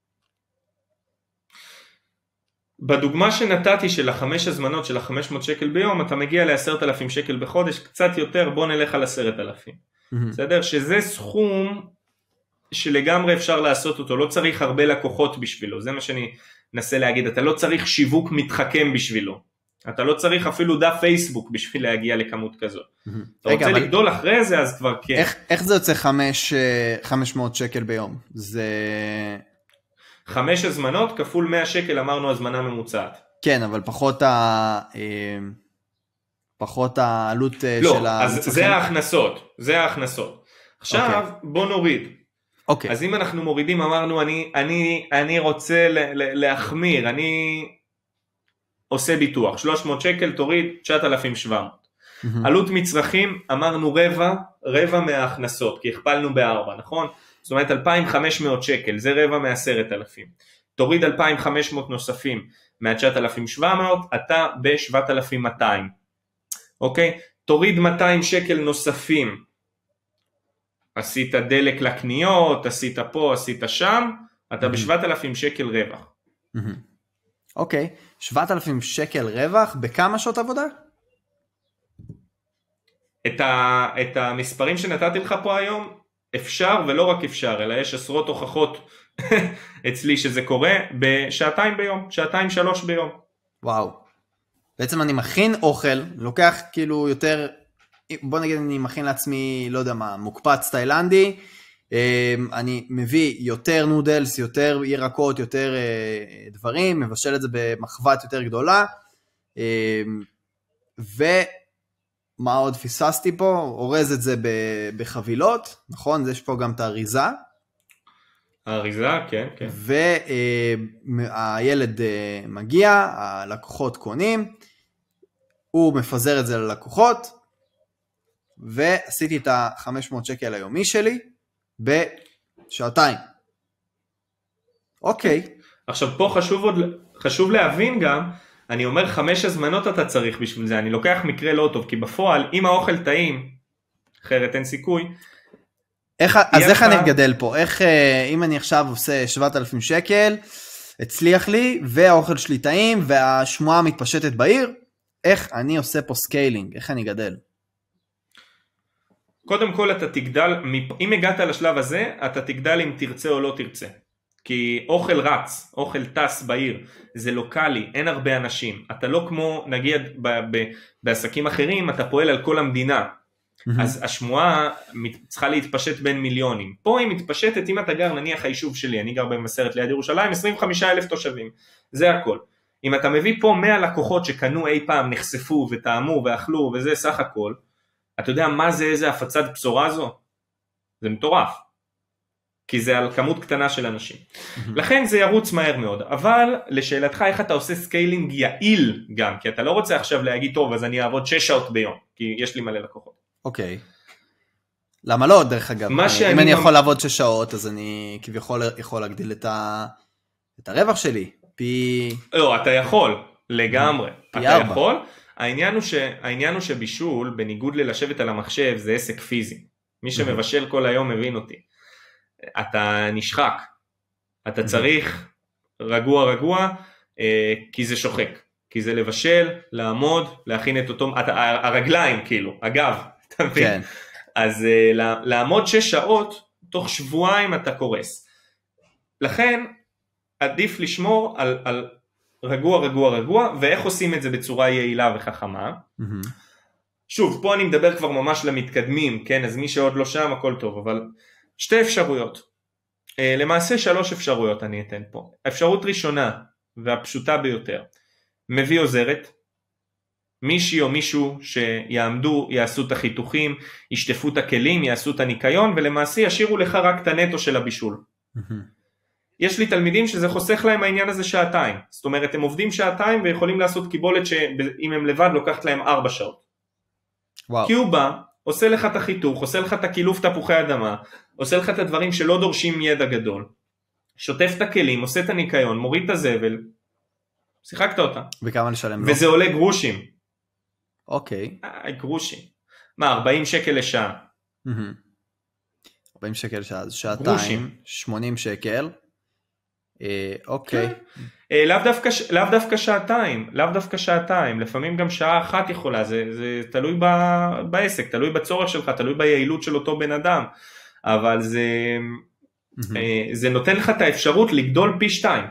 בדוגמה שנתתי של החמש הזמנות של ה-חמש מאות שקל ביום, אתה מגיע ל-עשרת אלפים שקל בחודש, קצת יותר, בוא נלך על עשרת אלפים. בסדר? שזה סכום שלגמרי אפשר לעשות אותו, לא צריך הרבה לקוחות בשבילו, זה מה שאני נסה להגיד, אתה לא צריך שיווק מתחכם בשבילו, אתה לא צריך אפילו דף פייסבוק בשביל להגיע לכמות כזאת. אתה רוצה לגדול אחרי זה, אז כבר כן. איך זה יוצא חמש מאות שקל ביום? זה... חמש הזמנות כפול מאה שקל, אמרנו הזמנה ממוצעת. כן, אבל פחות ה... פחות העלות של המצרכים. לא, אז זה ההכנסות, זה ההכנסות. עכשיו בוא נוריד. אוקיי. אז אם אנחנו מורידים, אמרנו, אני, אני, אני רוצה להחמיר, אני עושה ביטוח, שלוש מאות שקל, תוריד תשעת אלפים ושבע מאות. Mm-hmm. עלות מצרכים, אמרנו רבע, רבע מההכנסות, כי הכפלנו בארבע, נכון? זאת אומרת, אלפיים וחמש מאות שקל, זה רבע מעשרת אלפים. תוריד אלפיים וחמש מאות נוספים מה-תשעת אלפים ושבע מאות, אתה ב-שבעת אלפים ומאתיים. אוקיי? תוריד מאתיים שקל נוספים, עשית דלק לקניות, עשית פה, עשית שם, אתה ב-שבעת אלפים שקל רווח. אוקיי, שבעת אלפים שקל רווח, בכמה שעות עבודה? את, ה, את המספרים שנתתי לך פה היום, אפשר ולא רק אפשר, אלא יש עשרות הוכחות אצלי שזה קורה, בשעתיים ביום, שעתיים שלוש ביום. וואו, בעצם אני מכין אוכל, לוקח כאילו יותר... בוא נגיד אני מכין לעצמי, לא יודע מה, מוקפץ תאילנדי, אני מביא יותר נודלס, יותר ירקות, יותר דברים, מבשל את זה במחבת יותר גדולה, ומה עוד פיססתי פה? אורז את זה בחבילות, נכון? יש פה גם את האריזה. האריזה, כן, כן. והילד מגיע, הלקוחות קונים, הוא מפזר את זה ללקוחות, ועשיתי את ה-חמש מאות שקל היומי שלי בשעתיים. אוקיי. עכשיו פה חשוב, עוד, חשוב להבין גם, אני אומר חמש הזמנות אתה צריך בשביל זה, אני לוקח מקרה לא טוב, כי בפועל אם האוכל טעים, אחרת אין סיכוי. איך, אז איך אני גדל פה? איך, אם אני עכשיו עושה שבעת אלפים שקל, הצליח לי, והאוכל שלי טעים, והשמועה מתפשטת בעיר, איך אני עושה פה סקיילינג? איך אני גדל? קודם כל אתה תגדל, אם הגעת לשלב הזה, אתה תגדל אם תרצה או לא תרצה. כי אוכל רץ, אוכל טס בעיר, זה לוקלי, אין הרבה אנשים. אתה לא כמו, נגיד, ב- ב- בעסקים אחרים, אתה פועל על כל המדינה. Mm-hmm. אז השמועה צריכה להתפשט בין מיליונים. פה היא מתפשטת, אם אתה גר, נניח היישוב שלי, אני גר במסרת ליד ירושלים, עשרים וחמישה אלף תושבים. זה הכל. אם אתה מביא פה מאה לקוחות שקנו אי פעם, נחשפו וטעמו ואכלו, וזה סך הכל, אתה יודע מה זה, איזה הפצת בשורה זו? זה מטורף. כי זה על כמות קטנה של אנשים. לכן זה ירוץ מהר מאוד. אבל לשאלתך איך אתה עושה סקיילינג יעיל גם, כי אתה לא רוצה עכשיו להגיד, טוב, אז אני אעבוד שש שעות ביום, כי יש לי מלא לקוחות. אוקיי. למה לא, דרך אגב? אם אני יכול לעבוד שש שעות, אז אני כביכול יכול להגדיל את הרווח שלי. פי... לא, אתה יכול, לגמרי. אתה יכול. העניין הוא, ש... העניין הוא שבישול, בניגוד ללשבת על המחשב, זה עסק פיזי. מי שמבשל כל היום מבין אותי. אתה נשחק. אתה צריך רגוע רגוע, כי זה שוחק. כי זה לבשל, לעמוד, להכין את אותו... הרגליים כאילו, אגב, אתה מבין? כן. אז לעמוד שש שעות, תוך שבועיים אתה קורס. לכן, עדיף לשמור על... על רגוע, רגוע, רגוע, ואיך עושים את זה בצורה יעילה וחכמה. Mm-hmm. שוב, פה אני מדבר כבר ממש למתקדמים, כן, אז מי שעוד לא שם, הכל טוב, אבל שתי אפשרויות. למעשה שלוש אפשרויות אני אתן פה. האפשרות ראשונה, והפשוטה ביותר, מביא עוזרת, מישהי או מישהו שיעמדו, יעשו את החיתוכים, ישטפו את הכלים, יעשו את הניקיון, ולמעשה ישאירו לך רק את הנטו של הבישול. Mm-hmm. יש לי תלמידים שזה חוסך להם העניין הזה שעתיים, זאת אומרת הם עובדים שעתיים ויכולים לעשות קיבולת שאם הם לבד לוקחת להם ארבע שעות. וואו. כי הוא בא, עושה לך את החיתוך, עושה לך את הקילוף תפוחי אדמה, עושה לך את הדברים שלא דורשים ידע גדול, שוטף את הכלים, עושה את הניקיון, מוריד את הזבל, שיחקת אותה. וכמה לשלם לו? וזה עולה גרושים. אוקיי. אה, גרושים. מה, ארבעים שקל לשעה? ארבעים שקל לשעה, אז שעתיים, שמונים שקל. אוקיי. לאו דווקא, לאו דווקא שעתיים, לאו דווקא שעתיים, לפעמים גם שעה אחת יכולה, זה, זה תלוי ב, בעסק, תלוי בצורך שלך, תלוי ביעילות של אותו בן אדם, אבל זה, זה נותן לך את האפשרות לגדול פי שתיים.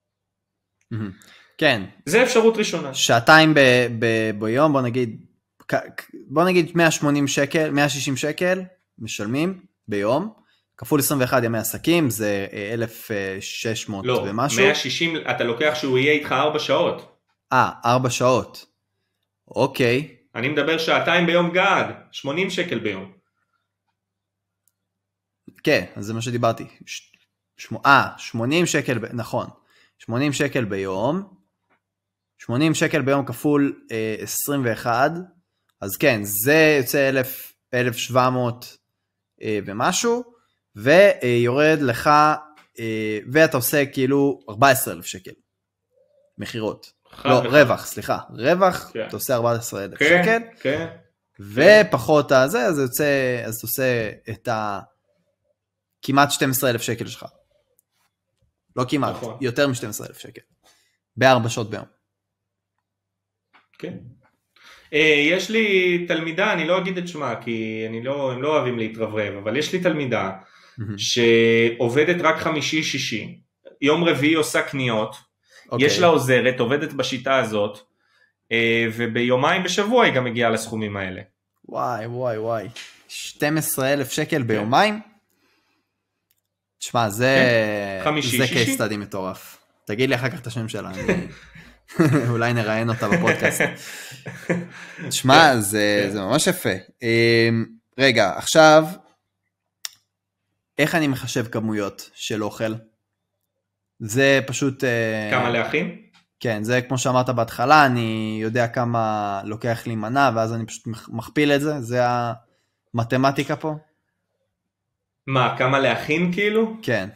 כן. זה אפשרות ראשונה. שעתיים ב, ב, ביום, בוא נגיד, בוא נגיד מאה ושמונים שקל, מאה ושישים שקל, משלמים ביום, כפול עשרים ואחד ימי עסקים, זה אלף ושש מאות לא, ומשהו. לא, מאה ושישים, אתה לוקח שהוא יהיה איתך ארבע שעות. אה, ארבע שעות. אוקיי. אני מדבר שעתיים ביום גג, שמונים שקל ביום. כן, אז זה מה שדיברתי. אה, שמונים שקל, נכון. שמונים שקל ביום. שמונים שקל ביום כפול אה, עשרים ואחת. אז כן, זה יוצא אלף ושבע מאות אה, ומשהו. ויורד לך, ואתה עושה כאילו ארבעה עשר אלף שקל, מחירות, לא, רווח, סליחה, רווח, אתה עושה ארבעה עשר אלף שקל, ופחות הזה, אז אתה עושה את ה, כמעט שנים עשר אלף שקל שלך, לא כמעט, יותר מ-שנים עשר אלף שקל, בארבע שעות ביום. כן. יש לי תלמידה, אני לא אגיד את שמה, כי הם לא אוהבים להתרברב, אבל יש לי תלמידה, שעובדת רק חמישי שישי, יום רביעי עושה קניות, okay. יש לה עוזרת, עובדת בשיטה הזאת, וביומיים בשבוע היא גם מגיעה לסכומים האלה. וואי וואי וואי, שנים עשר אלף שקל ביומיים? תשמע, זה, כן. חמישי, זה שישי. קייס סטאדי מטורף. תגיד לי אחר כך את השם שלה, אני... אולי נראיין אותה בפודקאסט. תשמע, זה, זה ממש יפה. רגע, עכשיו... איך אני מחשב כמויות של אוכל? זה פשוט... כמה להכין? כן, זה כמו שאמרת בהתחלה, אני יודע כמה לוקח לי מנה, ואז אני פשוט מכפיל את זה, זה המתמטיקה פה. מה, כמה להכין כאילו? כן.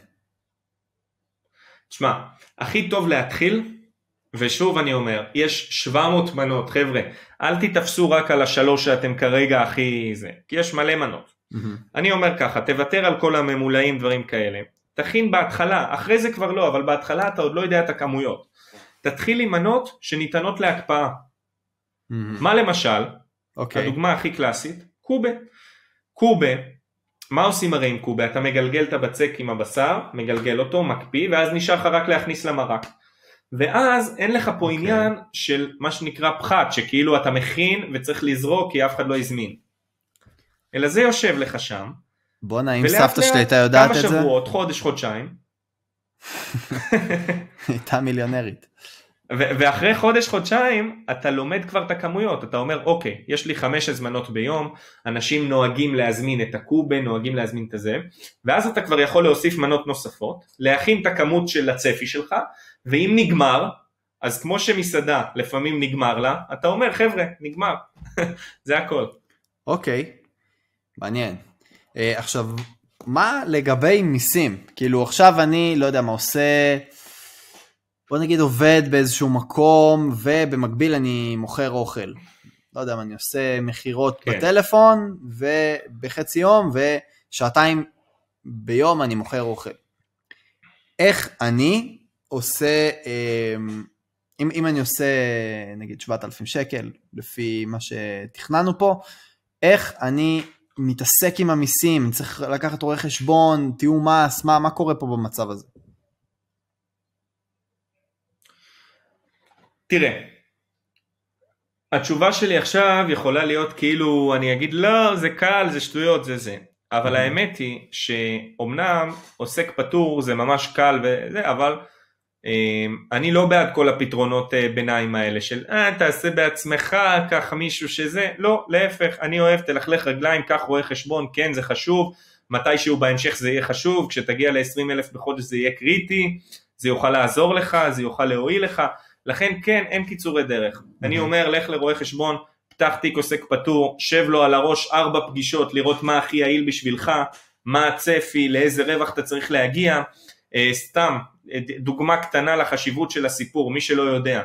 תשמע, הכי טוב להתחיל, ושוב אני אומר, יש שבע מאות מנות, חבר'ה, אל תתפסו רק על השלוש שאתם כרגע הכי זה, כי יש מלא מנות. אני אומר ככה, תוותר על כל הממולאים, דברים כאלה, תכין בהתחלה, אחרי זה כבר לא, אבל בהתחלה אתה עוד לא יודע את הכמויות, תתחיל עם מנות שניתנות להקפאה. מה למשל, הדוגמה הכי קלאסית, קובה. קובה, מה עושים הרי עם קובה? אתה מגלגל את הבצק עם הבשר, מגלגל אותו, מקפיא, ואז נשאר לך רק להכניס למרק. ואז אין לך פה עניין של מה שנקרא פחת, שכאילו אתה מכין וצריך לזרוק כי אף אחד לא הזמין. אלא זה יושב לך שם. בוא נעים, סבתא שלי הייתה יודעת את זה? כמה שבועות, חודש, חודשיים. הייתה מיליונרית. ואחרי חודש, חודשיים, אתה לומד כבר את הכמויות. אתה אומר, אוקיי, יש לי חמש הזמנות ביום, אנשים נוהגים להזמין את הקובה, נוהגים להזמין את זה, ואז אתה כבר יכול להוסיף מנות נוספות, להכין את הכמות של הצפי שלך, ואם נגמר, אז כמו שמסעדה לפעמים נגמר לה, אתה אומר, חבר'ה, נגמר. זה הכל. אוקיי. מעניין. Uh, עכשיו, מה לגבי מיסים? כאילו עכשיו אני, לא יודע מה, עושה, בוא נגיד עובד באיזשהו מקום, ובמקביל אני מוכר אוכל. לא יודע מה, אני עושה מחירות כן. בטלפון, ובחצי יום, ושעתיים ביום אני מוכר אוכל. איך אני עושה, אם, אם אני עושה נגיד שבעת אלפים שקל, לפי מה שתכננו פה, איך אני מתעסק עם המיסים, צריך לקחת רואה חשבון, תיאום מס, מה, מה קורה פה במצב הזה? תראה, התשובה שלי עכשיו יכולה להיות כאילו, אני אגיד לא, זה קל, זה שטויות, זה זה. אבל האמת היא שאומנם עוסק פטור זה ממש קל וזה, אבל אני לא בעד כל הפתרונות ביניים האלה של אה, תעשה בעצמך, כך מישהו שזה, לא, להפך, אני אוהב תלכלך רגליים, כך רואה חשבון, כן זה חשוב, מתישהו בהמשך זה יהיה חשוב, כשתגיע ל-עשרים אלף בחודש זה יהיה קריטי, זה יוכל לעזור לך, זה יוכל להועיל לך, לכן כן, אין קיצורי דרך. אני אומר, לך לרואה חשבון, פתח תיק עוסק פטור, שב לו על הראש ארבע פגישות, לראות מה הכי יעיל בשבילך, מה הצפי, לאיזה רווח אתה צריך להגיע, סתם, דוגמה קטנה לחשיבות של הסיפור, מי שלא יודע,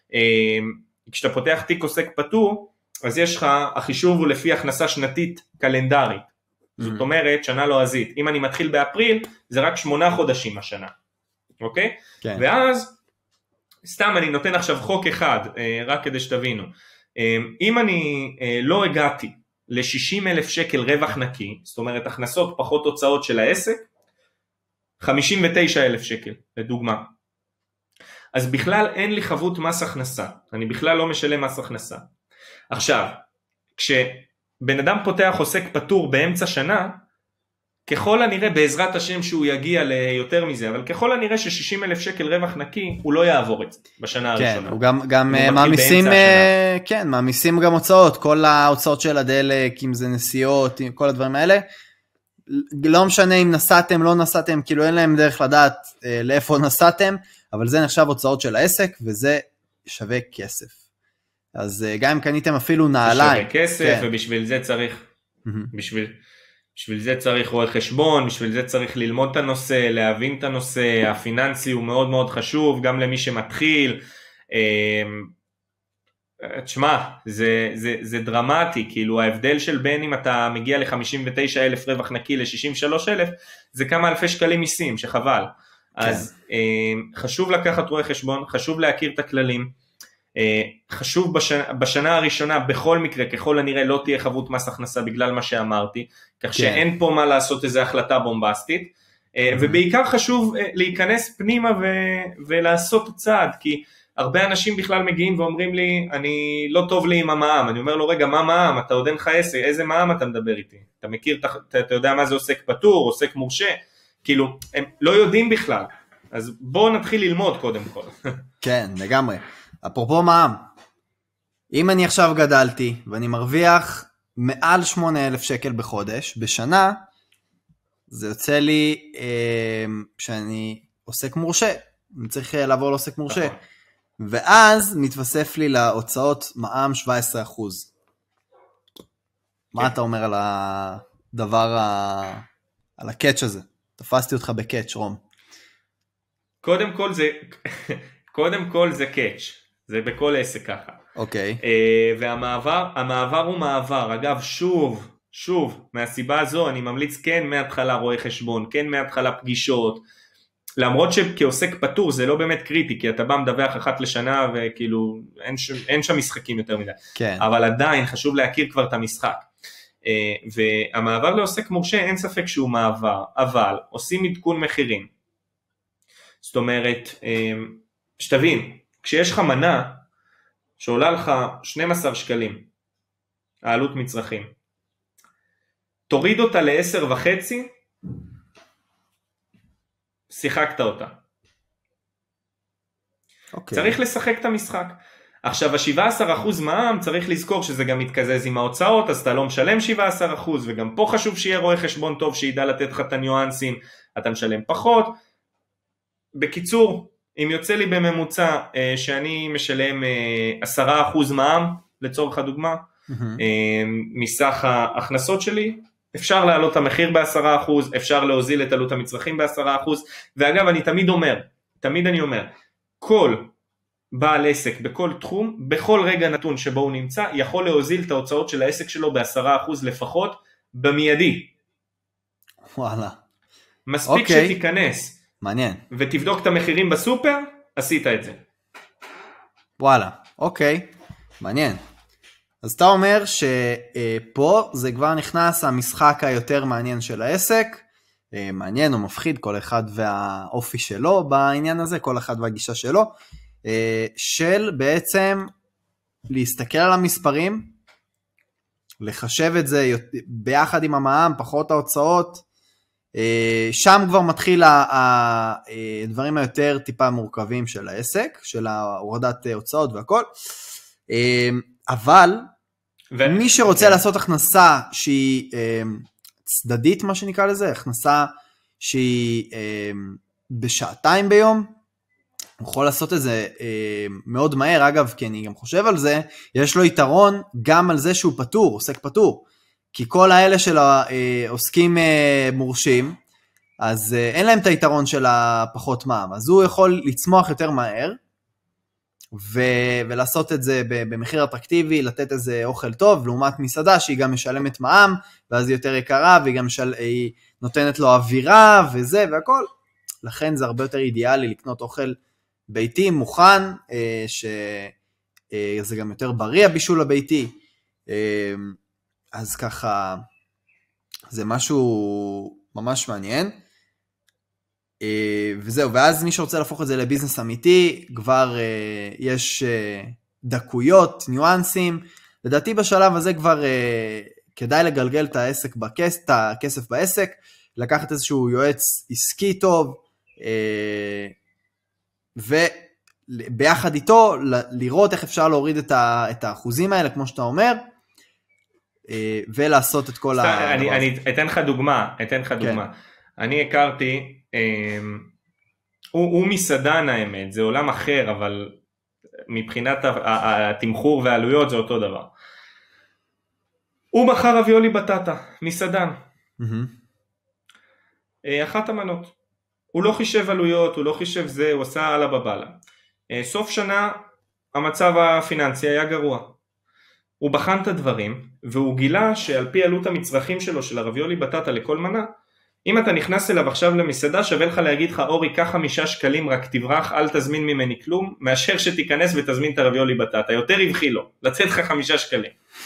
כשאתה פותח תיק עוסק פטור, אז יש לך, החישוב הוא לפי הכנסה שנתית קלנדרית, זאת אומרת, שנה לועזית, אם אני מתחיל באפריל, זה רק שמונה חודשים השנה, אוקיי? כן. ואז, סתם אני נותן עכשיו חוק אחד, רק כדי שתבינו, אם אני לא הגעתי ל-שישים אלף שקל רווח נקי, זאת אומרת, הכנסות פחות הוצאות של העסק, חמישים ותשעה אלף שקל, לדוגמה. אז בכלל אין לי חבות מס הכנסה, אני בכלל לא משלם מס הכנסה. עכשיו, כשבן אדם פותח עוסק פטור באמצע שנה, ככל הנראה בעזרת השם שהוא יגיע ליותר מזה, אבל ככל הנראה ש-שישים אלף שקל רווח נקי, הוא לא יעבור את זה בשנה כן, הראשונה. הוא גם, גם הוא מעמיסים, כן, מעמיסים גם הוצאות, כל ההוצאות של הדלק, אם זה נסיעות, כל הדברים האלה, לא משנה אם נסעתם, לא נסעתם, כאילו אין להם דרך לדעת אה, לאיפה נסעתם, אבל זה נחשב הוצאות של העסק, וזה שווה כסף. אז אה, גם אם קניתם אפילו נעליים. זה שווה כסף, כן. ובשביל זה צריך, mm-hmm. בשביל, בשביל זה צריך רואה חשבון, בשביל זה צריך ללמוד את הנושא, להבין את הנושא, הפיננסי הוא מאוד מאוד חשוב, גם למי שמתחיל, אה, תשמע, זה, זה, זה דרמטי, כאילו ההבדל של בין אם אתה מגיע ל-חמישים ותשעה אלף רווח נקי ל-שישים ושלושה אלף, זה כמה אלפי שקלים מיסים, שחבל. כן. אז אה, חשוב לקחת רואה חשבון, חשוב להכיר את הכללים, אה, חשוב בשנה, בשנה הראשונה, בכל מקרה, ככל הנראה לא תהיה חבות מס הכנסה בגלל מה שאמרתי, כך כן. שאין פה מה לעשות איזו החלטה בומבסטית, אה, mm-hmm. ובעיקר חשוב אה, להיכנס פנימה ו- ולעשות צעד, כי הרבה אנשים בכלל מגיעים ואומרים לי, אני לא טוב לי עם המע"מ, אני אומר לו, רגע, מה מע"מ? אתה עוד אין לך עסק, איזה מע"מ אתה מדבר איתי? אתה מכיר, אתה, אתה יודע מה זה עוסק פטור, עוסק מורשה? כאילו, הם לא יודעים בכלל, אז בואו נתחיל ללמוד קודם כל. כן, לגמרי. אפרופו מע"מ, אם אני עכשיו גדלתי, ואני מרוויח מעל שמונה אלף שקל בחודש, בשנה, זה יוצא לי אה, שאני עוסק מורשה, אני צריך לעבור לעוסק מורשה. נכון. ואז מתווסף לי להוצאות מע"מ שבע עשרה אחוז. מה אתה אומר על הדבר, על הקאץ' הזה? תפסתי אותך בקאץ', רום. קודם כל זה, קודם כל זה קאץ', זה בכל עסק ככה. אוקיי. והמעבר, המעבר הוא מעבר. אגב, שוב, שוב, מהסיבה הזו אני ממליץ כן מההתחלה רואה חשבון, כן מההתחלה פגישות, למרות שכעוסק פטור זה לא באמת קריטי, כי אתה בא מדווח אחת לשנה וכאילו אין, ש... אין שם משחקים יותר מדי. כן. אבל עדיין חשוב להכיר כבר את המשחק. והמעבר לעוסק מורשה אין ספק שהוא מעבר, אבל עושים עדכון מחירים. זאת אומרת, שתבין, כשיש לך מנה שעולה לך שנים עשר שקלים, העלות מצרכים, תוריד אותה ל-עשר וחצי, שיחקת אותה. Okay. צריך לשחק את המשחק. עכשיו, ה-שבעה עשר אחוז מע"מ, צריך לזכור שזה גם מתקזז עם ההוצאות, אז אתה לא משלם שבעה עשר אחוז, וגם פה חשוב שיהיה רואה חשבון טוב, שידע לתת לך את הניואנסים, אתה משלם פחות. בקיצור, אם יוצא לי בממוצע, שאני משלם עשרה אחוז מע"מ, לצורך הדוגמה, mm-hmm. מסך ההכנסות שלי, אפשר להעלות את המחיר בעשרה אחוז, אפשר להוזיל את עלות המצרכים בעשרה אחוז, ואגב אני תמיד אומר, תמיד אני אומר, כל בעל עסק בכל תחום, בכל רגע נתון שבו הוא נמצא, יכול להוזיל את ההוצאות של העסק שלו בעשרה אחוז לפחות, במיידי. וואלה. מספיק okay. שתיכנס. מעניין. ותבדוק את המחירים בסופר, עשית את זה. וואלה, אוקיי, מעניין. אז אתה אומר שפה זה כבר נכנס המשחק היותר מעניין של העסק, מעניין או מפחיד, כל אחד והאופי שלו בעניין הזה, כל אחד והגישה שלו, של בעצם להסתכל על המספרים, לחשב את זה ביחד עם המע"מ, פחות ההוצאות, שם כבר מתחיל הדברים היותר טיפה מורכבים של העסק, של הורדת הוצאות והכל, אבל ו... מי שרוצה okay. לעשות הכנסה שהיא צדדית, מה שנקרא לזה, הכנסה שהיא בשעתיים ביום, הוא יכול לעשות את זה מאוד מהר, אגב, כי אני גם חושב על זה, יש לו יתרון גם על זה שהוא פטור, עוסק פטור, כי כל האלה של העוסקים מורשים, אז אין להם את היתרון של הפחות מע"מ, אז הוא יכול לצמוח יותר מהר, ו- ולעשות את זה במחיר אטרקטיבי, לתת איזה אוכל טוב, לעומת מסעדה שהיא גם משלמת מע"מ, ואז היא יותר יקרה, והיא גם משל... היא נותנת לו אווירה וזה והכל, לכן זה הרבה יותר אידיאלי לקנות אוכל ביתי מוכן, שזה גם יותר בריא הבישול הביתי, אז ככה, זה משהו ממש מעניין, וזהו, ואז מי שרוצה להפוך את זה לביזנס אמיתי, כבר יש דקויות, ניואנסים, לדעתי בשלב הזה כבר כדאי לגלגל את העסק בכסף, את הכסף בעסק, לקחת איזשהו יועץ עסקי טוב, וביחד איתו לראות איך אפשר להוריד את האחוזים האלה, כמו שאתה אומר, ולעשות את כל ה... אני, אני אתן לך דוגמה, אתן לך דוגמה. אני הכרתי, הוא, הוא מסעדן האמת, זה עולם אחר, אבל מבחינת התמחור והעלויות זה אותו דבר. הוא מכר רביולי בטטה, מסעדן. אחת המנות. הוא לא חישב עלויות, הוא לא חישב זה, הוא עשה על הבבלה. סוף שנה המצב הפיננסי היה גרוע. הוא בחן את הדברים, והוא גילה שעל פי עלות המצרכים שלו של הרביולי בטטה לכל מנה, אם אתה נכנס אליו עכשיו למסעדה, שווה לך להגיד לך, אורי, קח חמישה שקלים, רק תברח, אל תזמין ממני כלום, מאשר שתיכנס ותזמין את הרביולי בטטה, יותר רווחי לו, לצאת לך חמישה שקלים.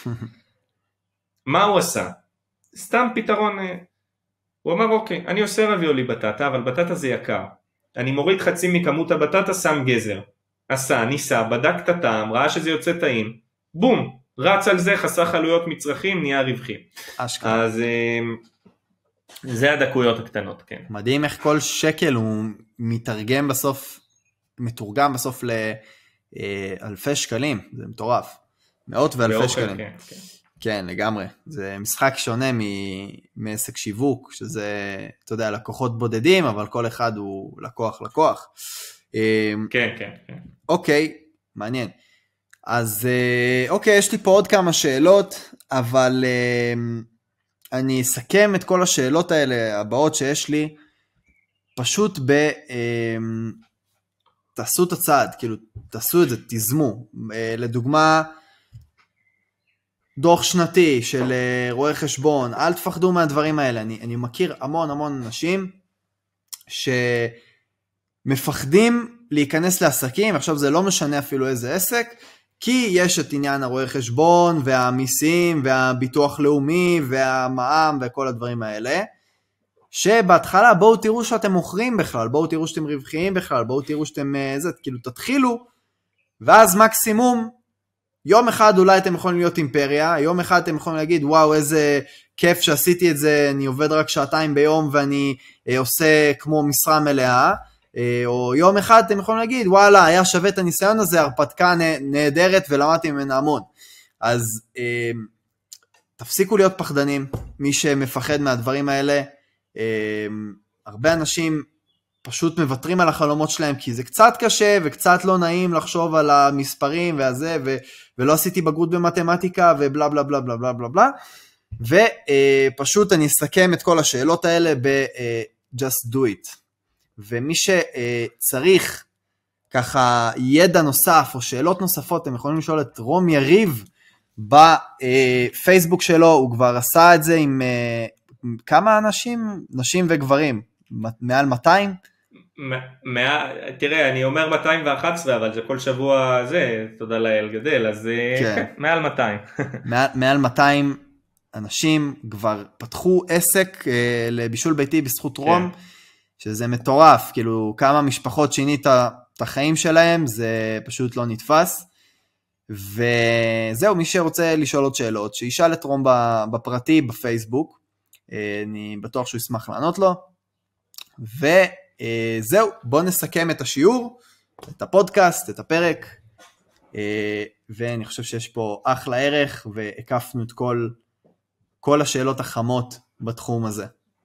מה הוא עשה? סתם פתרון, הוא אמר, אוקיי, אני עושה רביולי בטטה, אבל בטטה זה יקר. אני מוריד חצי מכמות הבטטה, שם גזר. עשה, ניסה, בדק את הטעם, ראה שזה יוצא טעים, בום, רץ על זה, חסך עלויות מצרכים, נהיה רווחי. אשכרה. אז זה הדקויות הקטנות, כן. מדהים איך כל שקל הוא מתרגם בסוף, מתורגם בסוף לאלפי שקלים, זה מטורף. מאות ואלפי באוכל, שקלים. כן, כן. כן, לגמרי. זה משחק שונה מעסק שיווק, שזה, אתה יודע, לקוחות בודדים, אבל כל אחד הוא לקוח לקוח. כן, כן, כן. אוקיי, מעניין. אז אוקיי, יש לי פה עוד כמה שאלות, אבל אני אסכם את כל השאלות האלה, הבאות שיש לי, פשוט ב... תעשו את הצעד, כאילו, תעשו את זה, תזמו. לדוגמה, דוח שנתי של רואה חשבון, אל תפחדו מהדברים האלה. אני, אני מכיר המון המון אנשים שמפחדים להיכנס לעסקים, עכשיו זה לא משנה אפילו איזה עסק, כי יש את עניין הרואה חשבון והמיסים והביטוח לאומי והמע"מ וכל הדברים האלה, שבהתחלה בואו תראו שאתם מוכרים בכלל, בואו תראו שאתם רווחיים בכלל, בואו תראו שאתם זה, כאילו תתחילו, ואז מקסימום, יום אחד אולי אתם יכולים להיות אימפריה, יום אחד אתם יכולים להגיד, וואו איזה כיף שעשיתי את זה, אני עובד רק שעתיים ביום ואני אה, עושה כמו משרה מלאה, אה, או יום אחד אתם יכולים להגיד, וואלה, היה שווה את הניסיון הזה, הרפתקה נהדרת ולמדתי ממנה המון. אז אה, תפסיקו להיות פחדנים, מי שמפחד מהדברים האלה, אה, הרבה אנשים פשוט מוותרים על החלומות שלהם, כי זה קצת קשה וקצת לא נעים לחשוב על המספרים והזה, ו- ולא עשיתי בגרות במתמטיקה ובלה בלה בלה בלה בלה בלה בלה, ופשוט אני אסכם את כל השאלות האלה ב-just do it. ומי שצריך ככה ידע נוסף או שאלות נוספות, אתם יכולים לשאול את רום יריב בפייסבוק שלו, הוא כבר עשה את זה עם כמה אנשים, נשים וגברים, מעל מאתיים? תראה, אני אומר מאתיים ואחת עשרה, אבל זה כל שבוע זה, תודה לאל גדל, אז כן, מעל מאתיים. מעל מאתיים אנשים כבר פתחו עסק לבישול ביתי בזכות רום, שזה מטורף, כאילו כמה משפחות שינית את החיים שלהם, זה פשוט לא נתפס. וזהו, מי שרוצה לשאול עוד שאלות, שישאל את רום בפרטי בפייסבוק, אני בטוח שהוא ישמח לענות לו. וזהו, בואו נסכם את השיעור, את הפודקאסט, את הפרק, ואני חושב שיש פה אחלה ערך, והקפנו את כל, כל השאלות החמות בתחום הזה.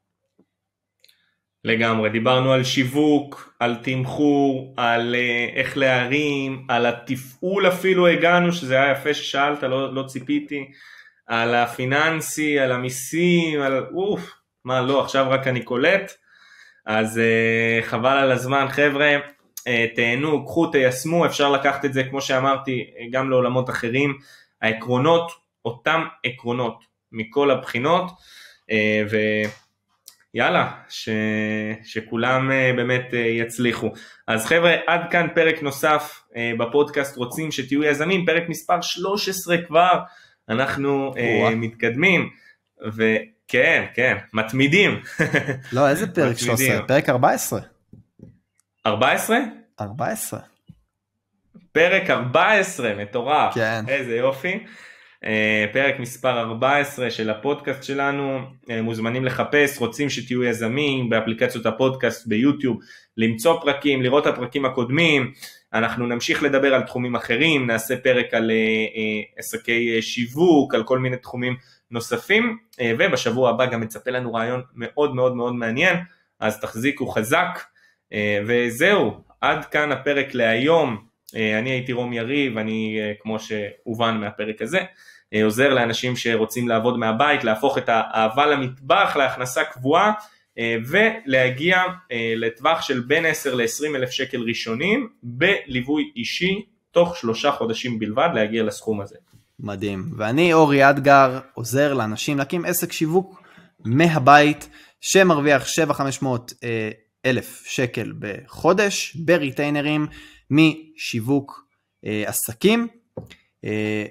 לגמרי, דיברנו על שיווק, על תמחור, על uh, איך להרים, על התפעול אפילו הגענו, שזה היה יפה ששאלת, לא, לא ציפיתי, על הפיננסי, על המיסים, על אוף, מה לא, עכשיו רק אני קולט, אז uh, חבל על הזמן חבר'ה, uh, תהנו, קחו, תיישמו, אפשר לקחת את זה כמו שאמרתי, גם לעולמות אחרים, העקרונות, אותם עקרונות, מכל הבחינות, uh, ו... יאללה, ש... שכולם באמת יצליחו. אז חבר'ה, עד כאן פרק נוסף בפודקאסט רוצים שתהיו יזמים, פרק מספר שלוש עשרה כבר, אנחנו ווא. מתקדמים, וכן, כן, מתמידים. לא, איזה פרק שלוש עשרה? פרק ארבע עשרה. ארבע עשרה? ארבע עשרה. פרק ארבע עשרה, מטורף. כן. איזה יופי. פרק מספר ארבע עשרה של הפודקאסט שלנו, מוזמנים לחפש, רוצים שתהיו יזמים באפליקציות הפודקאסט ביוטיוב, למצוא פרקים, לראות הפרקים הקודמים, אנחנו נמשיך לדבר על תחומים אחרים, נעשה פרק על עסקי שיווק, על כל מיני תחומים נוספים, ובשבוע הבא גם מצפה לנו רעיון מאוד מאוד מאוד מעניין, אז תחזיקו חזק, וזהו, עד כאן הפרק להיום, אני הייתי רום יריב, אני כמו שהובן מהפרק הזה, עוזר לאנשים שרוצים לעבוד מהבית, להפוך את האהבה למטבח להכנסה קבועה, ולהגיע לטווח של בין עשרה ל-עשרים אלף שקל ראשונים, בליווי אישי, תוך שלושה חודשים בלבד, להגיע לסכום הזה. מדהים, ואני אורי אדגר, עוזר לאנשים להקים עסק שיווק מהבית, שמרוויח שבע חמש מאות אלף שקל בחודש, בריטיינרים, משיווק אה, עסקים, אה,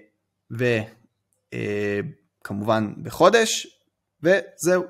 וכמובן אה, בחודש, וזהו.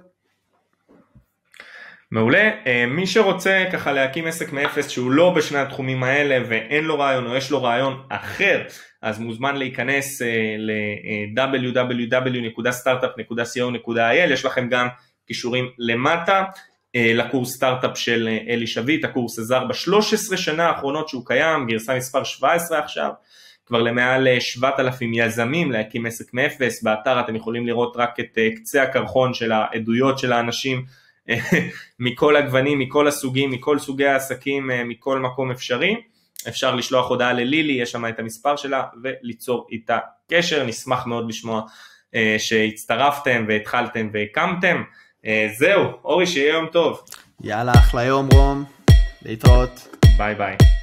מעולה, אה, מי שרוצה ככה להקים עסק מאפס שהוא לא בשני התחומים האלה, ואין לו רעיון או יש לו רעיון אחר, אז מוזמן להיכנס אה, ל-דאבליו דאבליו דאבליו נקודה סטארט-אפ נקודה סי או נקודה איי אל, יש לכם גם קישורים למטה, לקורס סטארט-אפ של אלי שביט, הקורס עזר ב-שלוש עשרה שנה האחרונות שהוא קיים, גרסה מספר שבע עשרה עכשיו, כבר למעל שבעת אלפים יזמים להקים עסק מאפס, באתר אתם יכולים לראות רק את קצה הקרחון של העדויות של האנשים, מכל הגוונים, מכל הסוגים, מכל סוגי העסקים, מכל מקום אפשרי, אפשר לשלוח הודעה ללילי, יש שם את המספר שלה, וליצור איתה קשר, נשמח מאוד לשמוע שהצטרפתם והתחלתם והקמתם, זהו, אורי, שיהיה יום טוב. יאללה, אחלה יום רום, להתראות. ביי ביי.